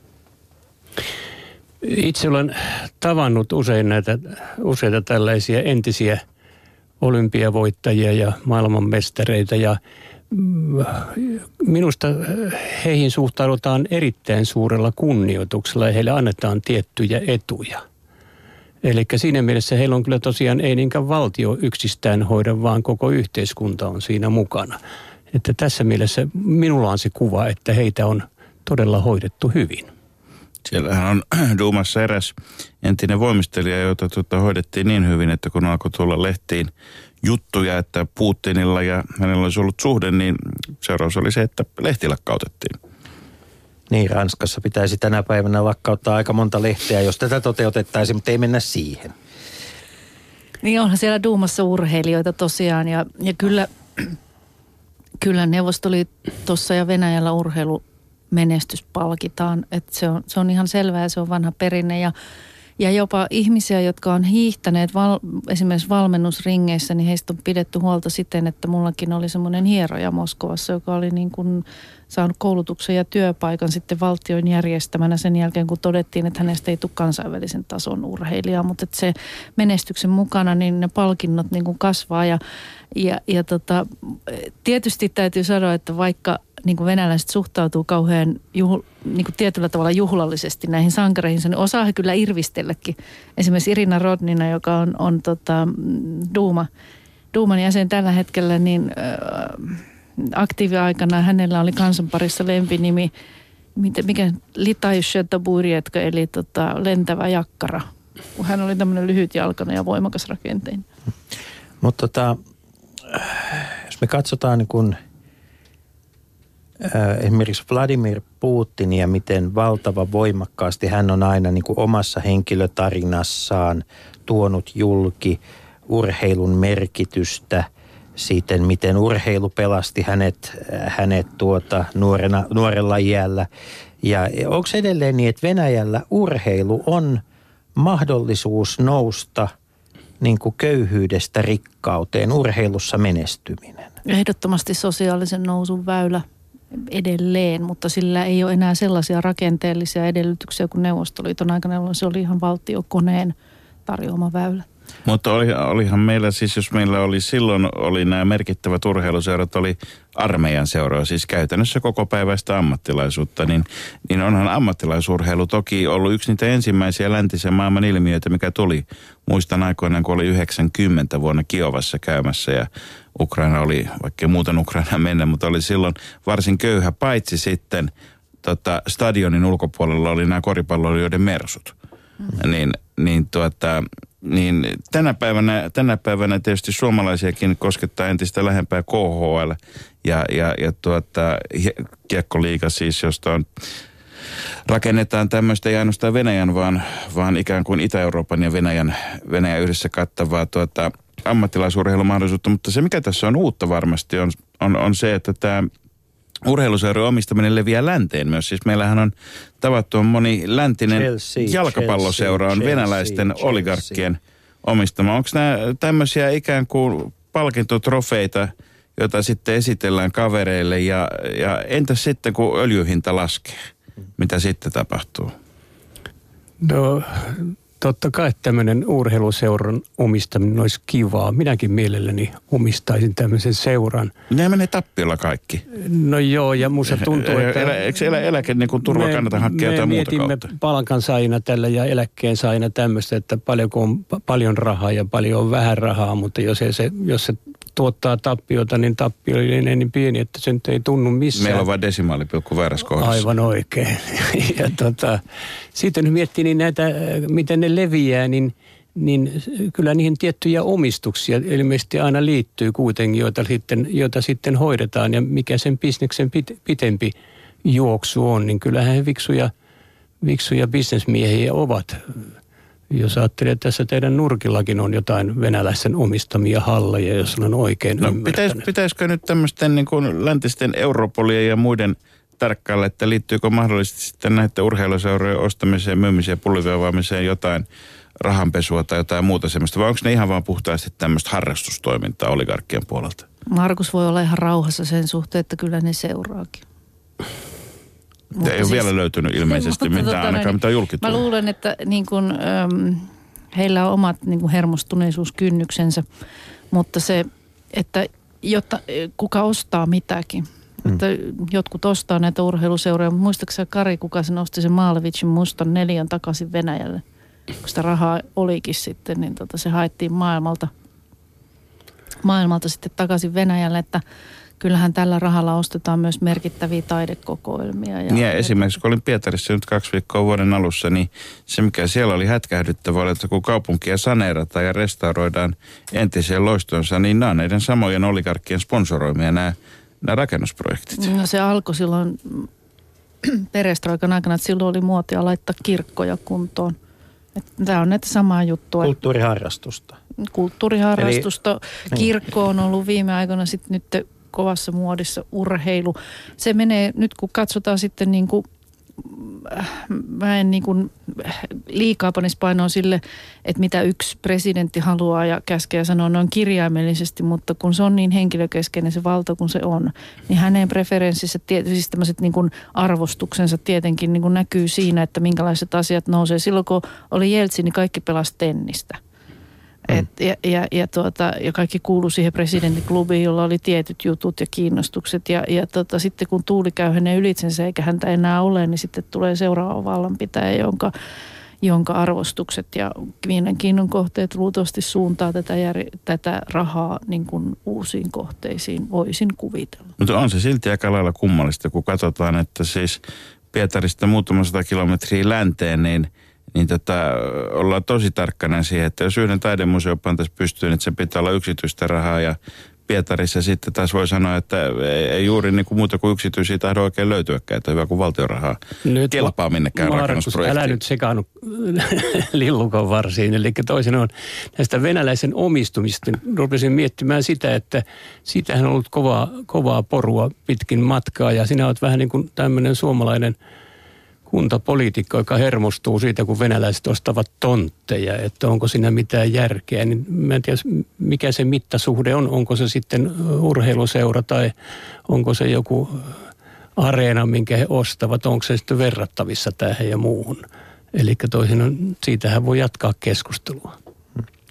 Speaker 7: Itse olen tavannut usein näitä, useita tällaisia entisiä olympiavoittajia ja maailmanmestareita ja minusta heihin suhtaudutaan erittäin suurella kunnioituksella ja heille annetaan tiettyjä etuja. Eli siinä mielessä heillä on kyllä tosiaan ei niinkään valtio yksistään hoida, vaan koko yhteiskunta on siinä mukana. Että tässä mielessä minulla on se kuva, että heitä on todella hoidettu hyvin.
Speaker 5: Siellähän on Duumassa eräs entinen voimistelija, jota tuota hoidettiin niin hyvin, että kun alkoi tulla lehtiin juttuja, että Putinilla ja hänellä olisi ollut suhde, niin seuraus oli se, että lehti lakkautettiin.
Speaker 1: Niin, Ranskassa pitäisi tänä päivänä lakkauttaa aika monta lehteä, jos tätä toteutettaisiin, mutta ei mennä siihen.
Speaker 6: Niin onhan siellä Duumassa urheilijoita tosiaan ja, ja kyllä, kyllä Neuvostoliitossa ja Venäjällä urheilu menestys palkitaan, että se on, se on ihan selvää ja se on vanha perinne ja, ja jopa ihmisiä, jotka on hiihtäneet val, esimerkiksi valmennusringeissä, niin heistä on pidetty huolta siten, että mullakin oli semmoinen hieroja Moskovassa, joka oli niin kuin saanut koulutuksen ja työpaikan sitten valtion järjestämänä sen jälkeen, kun todettiin, että hänestä ei tule kansainvälisen tason urheilijaa, mutta että se menestyksen mukana, niin ne palkinnot niin kuin kasvaa ja, ja, ja tota, tietysti täytyy sanoa, että vaikka niin kuin venäläiset suhtautuu kauhean juhl, niin kuin tietyllä tavalla juhlallisesti näihin sankareihin, niin osaa he kyllä irvistelläkin. Esimerkiksi Irina Rodnina, joka on, on tota, Duuma, Duuman jäsen tällä hetkellä, niin äh, aktiiviaikana hänellä oli kansanparissa lempinimi, mikä Litajusjeta Burjetka, eli tota, lentävä jakkara. Hän oli tämmöinen lyhytjalkainen ja voimakas rakenteinen.
Speaker 1: Mutta tota, jos me katsotaan niin kuin esimerkiksi Vladimir Putinia, miten valtava voimakkaasti hän on aina niin kuin omassa henkilötarinassaan tuonut julki urheilun merkitystä, siten miten urheilu pelasti hänet, hänet tuota nuorena, nuorella iällä. Ja onko edelleen niin, että Venäjällä urheilu on mahdollisuus nousta niin kuin köyhyydestä rikkauteen, urheilussa menestyminen?
Speaker 6: Ehdottomasti sosiaalisen nousun väylä edelleen, mutta sillä ei ole enää sellaisia rakenteellisia edellytyksiä kuin Neuvostoliiton aikana, jolloin se oli ihan valtiokoneen tarjoama väylä.
Speaker 5: Mutta oli, olihan meillä siis, jos meillä oli silloin, oli nämä merkittävät urheiluseurat, oli armeijan seuraa, siis käytännössä koko päiväistä ammattilaisuutta, niin, niin onhan ammattilaisurheilu toki ollut yksi niitä ensimmäisiä läntisen maailman ilmiöitä, mikä tuli. Muistan aikoinaan, kun oli yhdeksänkymmentä vuonna Kiovassa käymässä ja Ukraina oli, vaikka muuten Ukraina mennä, mutta oli silloin varsin köyhä, paitsi sitten tota, stadionin ulkopuolella oli nämä koripalloilijoiden mersut. Mm. Niin, niin tuota... Niin tänä päivänä, tänä päivänä tietysti suomalaisiakin koskettaa entistä lähempää K H L ja, ja, ja tuota, Kiekkoliiga siis, josta on, rakennetaan tämmöistä ei ainoastaan Venäjän, vaan, vaan ikään kuin Itä-Euroopan ja Venäjän, Venäjän yhdessä kattavaa tuota, ammattilaisurheilumahdollisuutta. Mutta se, mikä tässä on uutta varmasti, on, on, on se, että tämä urheiluseurojen omistaminen leviää länteen myös. Siis meillähän on tavattoman moni läntinen Chelsea, jalkapalloseura on Chelsea, venäläisten Chelsea. oligarkkien omistama. Onko nämä tämmöisiä ikään kuin palkintotrofeita, joita sitten esitellään kavereille ja, ja entäs sitten kun öljyhinta laskee? Mitä sitten tapahtuu?
Speaker 7: No totta kai tämmöinen urheiluseuran omistaminen olisi kivaa. Minäkin mielelläni omistaisin tämmöisen seuran.
Speaker 5: Ne menee tappiolla kaikki.
Speaker 7: No joo, ja musta tuntuu, että...
Speaker 5: Elä, eikö elä, eläke niin kuin turva kannata hankkia jotain muuta kautta? Me
Speaker 7: mietimme palkansaajina tällä ja eläkkeensaajina tämmöistä, että paljonko on paljon rahaa ja paljon on vähän rahaa, mutta jos se, jos se tuottaa tappiota, niin tappio oli niin pieni, että se nyt ei tunnu missään.
Speaker 5: Meillä on vain desimaalipilkku väärässä kohdassa.
Speaker 7: Aivan oikein. Ja tota, sitten jos miettii niin näitä, miten ne leviää, niin, niin kyllä niihin tiettyjä omistuksia ilmeisesti aina liittyy kuitenkin, joita sitten, joita sitten hoidetaan. Ja mikä sen bisneksen pit, pitempi juoksu on, niin kyllähän he viksuja, viksuja bisnesmiehiä ovat. Jos ajattelee, että tässä teidän nurkillakin on jotain venäläisten omistamia halleja, jos on oikein no, ymmärtänyt.
Speaker 5: Pitäis, pitäisikö nyt tämmöisten niin kuin läntisten Europolien ja muiden tarkkailla, että liittyykö mahdollisesti sitten näiden urheiluseurojen ostamiseen, myymiseen, pulliveovaamiseen jotain rahanpesua tai jotain muuta semmoista, vai onko ne ihan vaan puhtaasti tämmöistä harrastustoimintaa oligarkkien puolelta?
Speaker 6: Markus voi olla ihan rauhassa sen suhteen, että kyllä ne seuraakin.
Speaker 5: Mutta ei siis, ole vielä löytynyt ilmeisesti mitään, tota, ainakaan niin, mitä on julkitullut.
Speaker 6: Mä luulen, että niin kun, äm, heillä on omat niin kun hermostuneisuuskynnyksensä, mutta se, että jotta, kuka ostaa mitäkin. Mm. Että jotkut ostaa näitä urheiluseuroja, mutta muistaakseni Kari, kuka sen osti sen Maalevicin mustan neljän takaisin Venäjälle? Kun sitä rahaa olikin sitten, niin tota, se haettiin maailmalta, maailmalta sitten takaisin Venäjälle, että kyllähän tällä rahalla ostetaan myös merkittäviä taidekokoelmia. Ja,
Speaker 5: ja esimerkiksi kun olin Pietarissa nyt kaksi viikkoa vuoden alussa, niin se mikä siellä oli hätkähdyttävää, että kun kaupunkia saneerataan ja restauroidaan entiseen loistonsa, niin nämä on näiden samojen oligarkkien sponsoroimia nämä, nämä rakennusprojektit.
Speaker 6: No se alkoi silloin perestroikan aikana, että silloin oli muotia laittaa kirkkoja kuntoon. Tämä on näitä samaa juttua.
Speaker 1: Kulttuuriharrastusta.
Speaker 6: Kulttuuriharrastusta. Eli, kirkko on ollut viime aikoina sitten nyt kovassa muodissa urheilu. Se menee, nyt kun katsotaan sitten niin kuin, mä en niin kuin liikaa panisi painoa sille, että mitä yksi presidentti haluaa ja käskee sanoa noin kirjaimellisesti, mutta kun se on niin henkilökeskeinen se valta kuin se on, niin hänen preferenssissä, siis tämmöiset niin kuin arvostuksensa tietenkin niin kuin näkyy siinä, että minkälaiset asiat nousee. Silloin kun oli Jeltsin, niin kaikki pelasi tennistä. Et, ja, ja, ja, tuota, ja kaikki kuului siihen presidenttiklubiin, jolla oli tietyt jutut ja kiinnostukset. Ja, ja tota, sitten kun tuuli käy hänen ylitsensä eikä häntä enää ole, niin sitten tulee seuraava vallanpitäjä, jonka, jonka arvostukset ja mielenkiinnon kohteet luultavasti suuntaa tätä, jär, tätä rahaa niin kuin uusiin kohteisiin, voisin kuvitella.
Speaker 5: Mutta on se silti aika lailla kummallista, kun katsotaan, että siis Pietarista muutama sata kilometriä länteen, niin niin tota, ollaan tosi tarkkana siihen, että jos yhden taidemuseo pantaisiin pystyyn, niin se pitää olla yksityistä rahaa ja Pietarissa sitten taas voi sanoa, että ei juuri niin kuin muuta kuin yksityisiä tahdo oikein löytyäkään, että hyvä kuin valtion rahaa nyt kelpaa minnekään rakennusprojektiin.
Speaker 7: Älä nyt sekaannut lillukon varsiin, eli toisin on näistä venäläisen omistumista, rupesin miettimään sitä, että siitähän on ollut kovaa, kovaa porua pitkin matkaa ja sinä olet vähän niin kuin tämmöinen suomalainen kuntapoliitikko, joka hermostuu siitä, kun venäläiset ostavat tontteja, että onko siinä mitään järkeä. Niin mä en tiedä, mikä se mittasuhde on. Onko se sitten urheiluseura tai onko se joku areena, minkä he ostavat. Onko se sitten verrattavissa tähän ja muuhun. Eli toisin on, siitähän voi jatkaa keskustelua.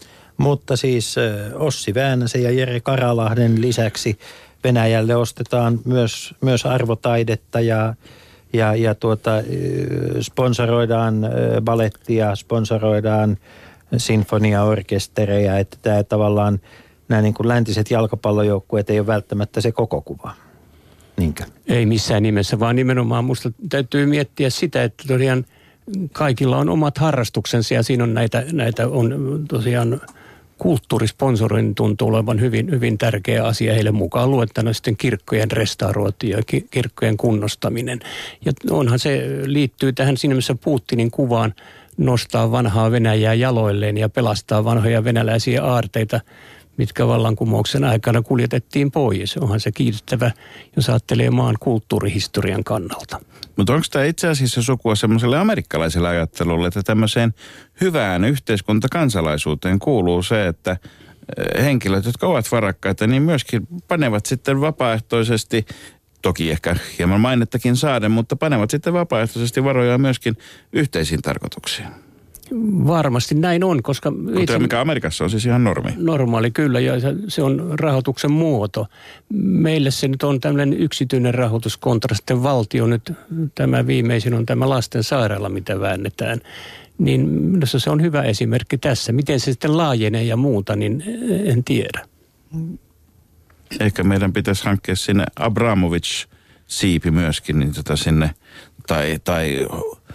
Speaker 1: Mutta siis Ossi Väänäsen ja Jere Karalahden lisäksi Venäjälle ostetaan myös, myös arvotaidetta ja, ja, ja tuota, sponsoroidaan balettia, sponsoroidaan sinfoniaorkestereja, että tämä tavallaan nämä niin kuin läntiset jalkapallojoukkueet ei ole välttämättä se koko kuva. Niinkö?
Speaker 7: Ei missään nimessä, vaan nimenomaan musta täytyy miettiä sitä, että tosiaan kaikilla on omat harrastuksensa ja siinä on näitä, näitä on tosiaan kulttuurisponsorointi tuntuu olevan hyvin, hyvin tärkeä asia heille mukaan luettuna sitten kirkkojen restaurointi ja ki- kirkkojen kunnostaminen. Ja onhan se liittyy tähän siinä missä Putinin kuvaan nostaa vanhaa Venäjää jaloilleen ja pelastaa vanhoja venäläisiä aarteita, mitkä vallankumouksen aikana kuljetettiin pois. Onhan se kiitettävä, jos ajattelee maan kulttuurihistorian kannalta.
Speaker 5: Mutta onko tämä itse asiassa sukua semmoiselle amerikkalaiselle ajattelulle, että tämmöiseen hyvään yhteiskuntakansalaisuuteen kuuluu se, että henkilöt, jotka ovat varakkaita, niin myöskin panevat sitten vapaaehtoisesti, toki ehkä hieman mainettakin saaden, mutta panevat sitten vapaaehtoisesti varoja myöskin yhteisiin tarkoituksiin.
Speaker 7: Varmasti näin on, koska...
Speaker 5: Kuten
Speaker 7: itse,
Speaker 5: mikä Amerikassa on siis ihan normi.
Speaker 7: Normaali, kyllä, ja se on rahoituksen muoto. Meille se nyt on tämmöinen yksityinen rahoitus kontra sitten valtio. Nyt tämä viimeisin on tämä lastensairaala, mitä väännetään. Niin minusta se on hyvä esimerkki tässä. Miten se sitten laajenee ja muuta, niin en tiedä.
Speaker 5: Ehkä meidän pitäisi hankkia sinne Abramovich-siipi myöskin, niin tota sinne, tai... tai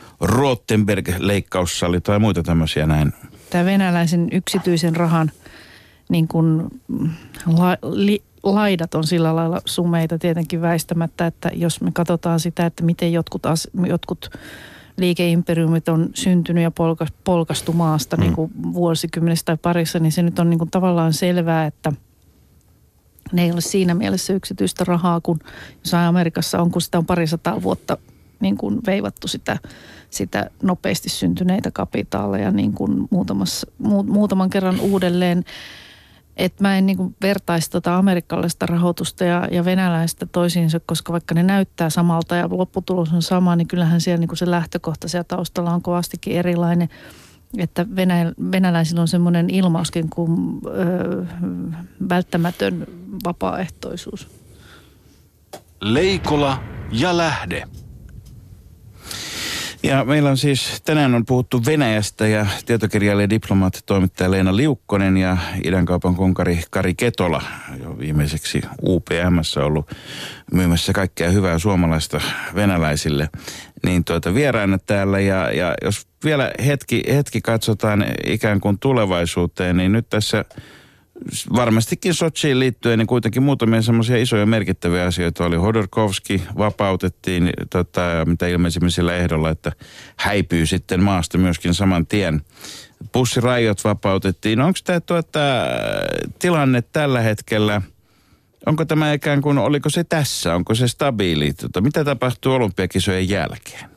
Speaker 5: Rottenberg-leikkaussali tai muita tämmöisiä näin.
Speaker 6: Tämä venäläisen yksityisen rahan niin kuin, la, li, laidat on sillä lailla sumeita tietenkin väistämättä, että jos me katsotaan sitä, että miten jotkut, as, jotkut liikeimperiumit on syntynyt ja polka, polkastu maasta mm. niin kuin vuosikymmenessä tai parissa, niin se nyt on niin kuin tavallaan selvää, että ne ei ole siinä mielessä yksityistä rahaa, kun jos Amerikassa on, kun sitä on parisataa vuotta niin kuin veivattu sitä, sitä nopeasti syntyneitä kapitaaleja niin kuin muutamassa, mu, muutaman kerran uudelleen. Että mä en niin kuin vertaisi tota amerikkalaista rahoitusta ja, ja venäläistä toisiinsa, koska vaikka ne näyttää samalta ja lopputulos on sama, niin kyllähän siellä niin kuin se lähtökohta siellä taustalla on kovastikin erilainen. Että venä, venäläisillä on semmoinen ilmauskin kuin ö, välttämätön vapaaehtoisuus.
Speaker 3: Leikola ja Lähde.
Speaker 5: Ja meillä on siis, tänään on puhuttu Venäjästä ja tietokirjailija, diplomaatti, toimittaja Leena Liukkonen ja idänkaupan konkari Kari Ketola, jo viimeiseksi U P M:ssä ollut myymässä kaikkea hyvää suomalaista venäläisille, niin tuota vieraana täällä. Ja, ja jos vielä hetki, hetki katsotaan ikään kuin tulevaisuuteen, niin nyt tässä varmastikin Sochiin liittyen niin kuitenkin muutamia semmoisia isoja merkittäviä asioita oli. Hodorkovski vapautettiin tota, mitä ilmeisimmin sillä ehdolla, että häipyy sitten maasta myöskin saman tien. Pussiraiot vapautettiin. Onko tämä tuota, tilanne tällä hetkellä, onko tämä ikään kuin, oliko se tässä, onko se stabiili? Tota, mitä tapahtuu olympiakisojen jälkeen?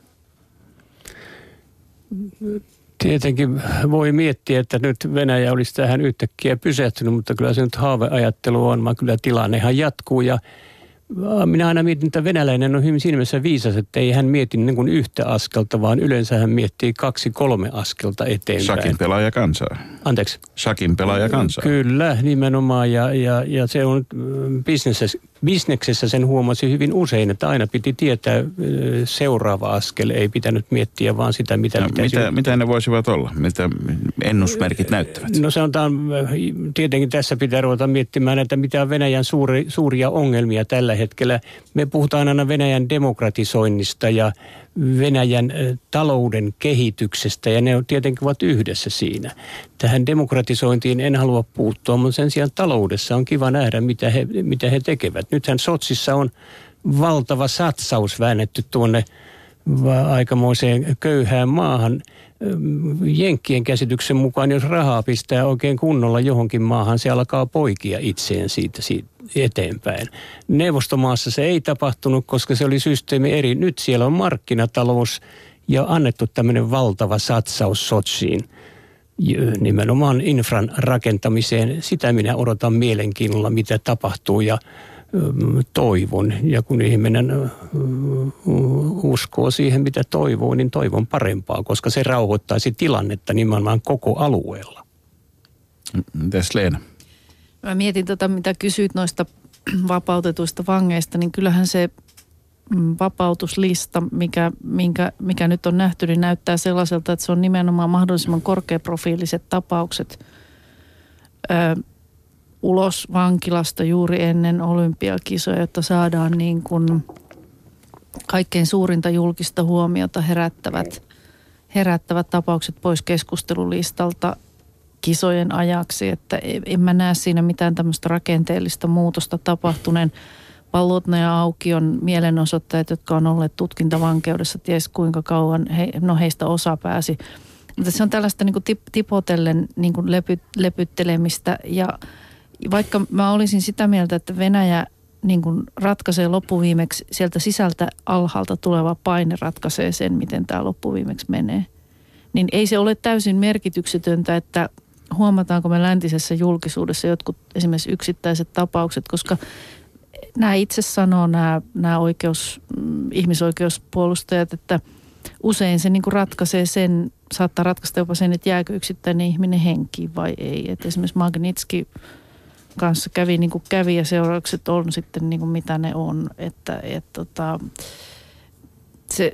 Speaker 7: Tietenkin voi miettiä, että nyt Venäjä olisi tähän yhtäkkiä pysähtynyt, mutta kyllä se nyt haaveajattelu on, vaan kyllä tilanne ihan jatkuu. Ja minä aina mietin, että venäläinen on hyvin siinä mielessä viisas, että ei hän mieti niin kuin yhtä askelta, vaan yleensä hän miettii kaksi kolme askelta eteenpäin.
Speaker 5: Shakin pelaaja kansaa.
Speaker 7: Anteeksi?
Speaker 5: Shakin pelaaja kansaa.
Speaker 7: Kyllä, nimenomaan. Ja, ja, ja se on bisneksessä, bisneksessä sen huomasi hyvin usein, että aina piti tietää seuraava askel. Ei pitänyt miettiä vaan sitä, mitä
Speaker 5: no,
Speaker 7: pitäisi...
Speaker 5: Mitä, mitä ne voisivat olla? Mitä ennusmerkit näyttävät?
Speaker 7: No sanotaan, tietenkin tässä pitää ruveta miettimään, että mitä on Venäjän suuri, suuria ongelmia tällä hetkellä. Me puhutaan aina Venäjän demokratisoinnista ja Venäjän talouden kehityksestä ja ne tietenkin ovat yhdessä siinä. Tähän demokratisointiin en halua puuttua, mutta sen sijaan taloudessa on kiva nähdä, mitä he, mitä he tekevät. Nythän Sotsissa on valtava satsaus väännetty tuonne aikamoiseen köyhään maahan. Jenkkien käsityksen mukaan, jos rahaa pistää oikein kunnolla johonkin maahan, se alkaa poikia itseen siitä, siitä eteenpäin. Neuvostomaassa se ei tapahtunut, koska se oli systeemi eri. Nyt siellä on markkinatalous ja annettu tämmöinen valtava satsaus Sotsiin, nimenomaan infran rakentamiseen. Sitä minä odotan mielenkiinnolla, mitä tapahtuu ja toivon. Ja kun ihminen uskoo siihen, mitä toivoo, niin toivon parempaa, koska se rauhoittaisi tilannetta nimenomaan koko alueella.
Speaker 5: Mitäs Leena?
Speaker 6: Mä mietin tota, mitä kysyit noista vapautetuista vangeista, niin kyllähän se vapautuslista, mikä, minkä, mikä nyt on nähty, niin näyttää sellaiselta, että se on nimenomaan mahdollisimman korkeaprofiiliset tapaukset ö, ulos vankilasta juuri ennen olympiakisoja, jotta saadaan niin kuin kaikkein suurinta julkista huomiota herättävät, herättävät tapaukset pois keskustelulistalta kisojen ajaksi, että en mä näe siinä mitään tämmöistä rakenteellista muutosta tapahtuneen. Pallotna ja Aukion mielenosoittajat, jotka on olleet tutkintavankeudessa, ties kuinka kauan, he, no heistä osa pääsi. Mutta se on tällaista niin kuin tip, tipotellen niin kuin lepy, lepyttelemistä ja vaikka mä olisin sitä mieltä, että Venäjä niin kuin ratkaisee loppuviimeksi, sieltä sisältä alhaalta tuleva paine ratkaisee sen, miten tämä loppuviimeksi menee, niin ei se ole täysin merkityksetöntä, että huomataanko me läntisessä julkisuudessa jotkut esimerkiksi yksittäiset tapaukset, koska nämä itse sanoo, nämä, nämä oikeus, ihmisoikeuspuolustajat, että usein se niin kuin ratkaisee sen, saattaa ratkaista jopa sen, että jääkö yksittäinen ihminen henkiin vai ei. Että esimerkiksi Magnitski kanssa kävi niin kuin kävi ja seuraukset on sitten niin kuin mitä ne on. Että et, tota, se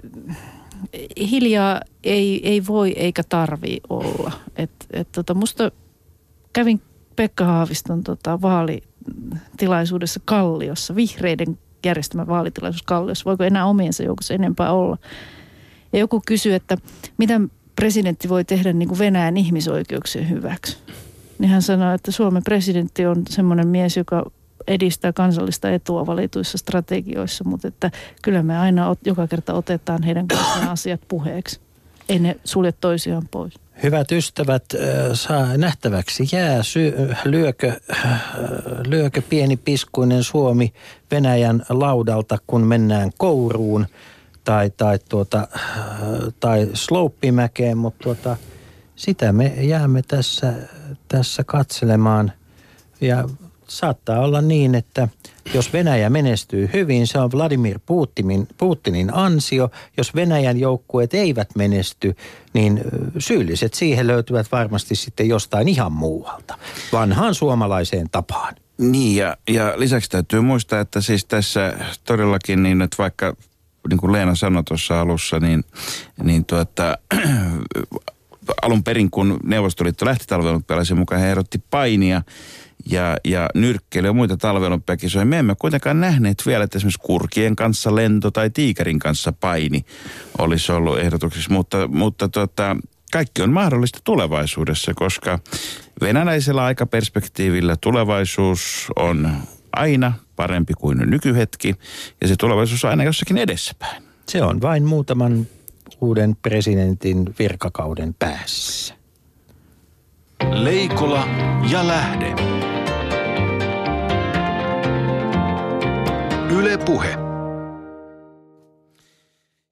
Speaker 6: hiljaa ei, ei voi eikä tarvii olla. Et, et, tota, musta kävin Pekka Haaviston tota, vaalitilaisuudessa Kalliossa, vihreiden järjestämä vaalitilaisuus Kalliossa. Voiko enää omiensa joukossa enempää olla? Ja joku kysyi, että mitä presidentti voi tehdä niin kuin Venäjän ihmisoikeuksien hyväksi. Niin hän sanoi, että Suomen presidentti on semmoinen mies, joka edistää kansallista etua valituissa strategioissa, mutta että kyllä me aina joka kerta otetaan heidän kanssaan asiat puheeksi. Ei ne sulje toisiaan pois.
Speaker 1: Hyvät ystävät, saa nähtäväksi jää, sy- lyökö, lyökö pieni piskuinen Suomi Venäjän laudalta, kun mennään Kouruun tai, tai, tuota, tai Slouppimäkeen, mutta tuota, sitä me jäämme tässä, tässä katselemaan ja saattaa olla niin, että jos Venäjä menestyy hyvin, se on Vladimir Putinin, Putinin ansio. Jos Venäjän joukkueet eivät menesty, niin syylliset siihen löytyvät varmasti sitten jostain ihan muualta, vanhaan suomalaiseen tapaan.
Speaker 5: Niin ja, ja lisäksi täytyy muistaa, että siis tässä todellakin niin, että vaikka niin kuin Leena sanoi tuossa alussa, niin, niin tuota, alun perin kun Neuvostoliitto lähti talvelunpelaisen mukaan, he erotti painia ja, ja nyrkkeilyä ja muita talvelunpelakisoja. Me emme kuitenkaan nähneet vielä, että esimerkiksi kurkien kanssa lento tai tiikerin kanssa paini olisi ollut ehdotuksissa, mutta, mutta tota, kaikki on mahdollista tulevaisuudessa, koska venäläisellä aikaperspektiivillä tulevaisuus on aina parempi kuin nykyhetki ja se tulevaisuus on aina jossakin edessäpäin.
Speaker 1: Se on vain muutaman uuden presidentin virkakauden päässä.
Speaker 3: Leikola ja Lähde. Yle Puhe.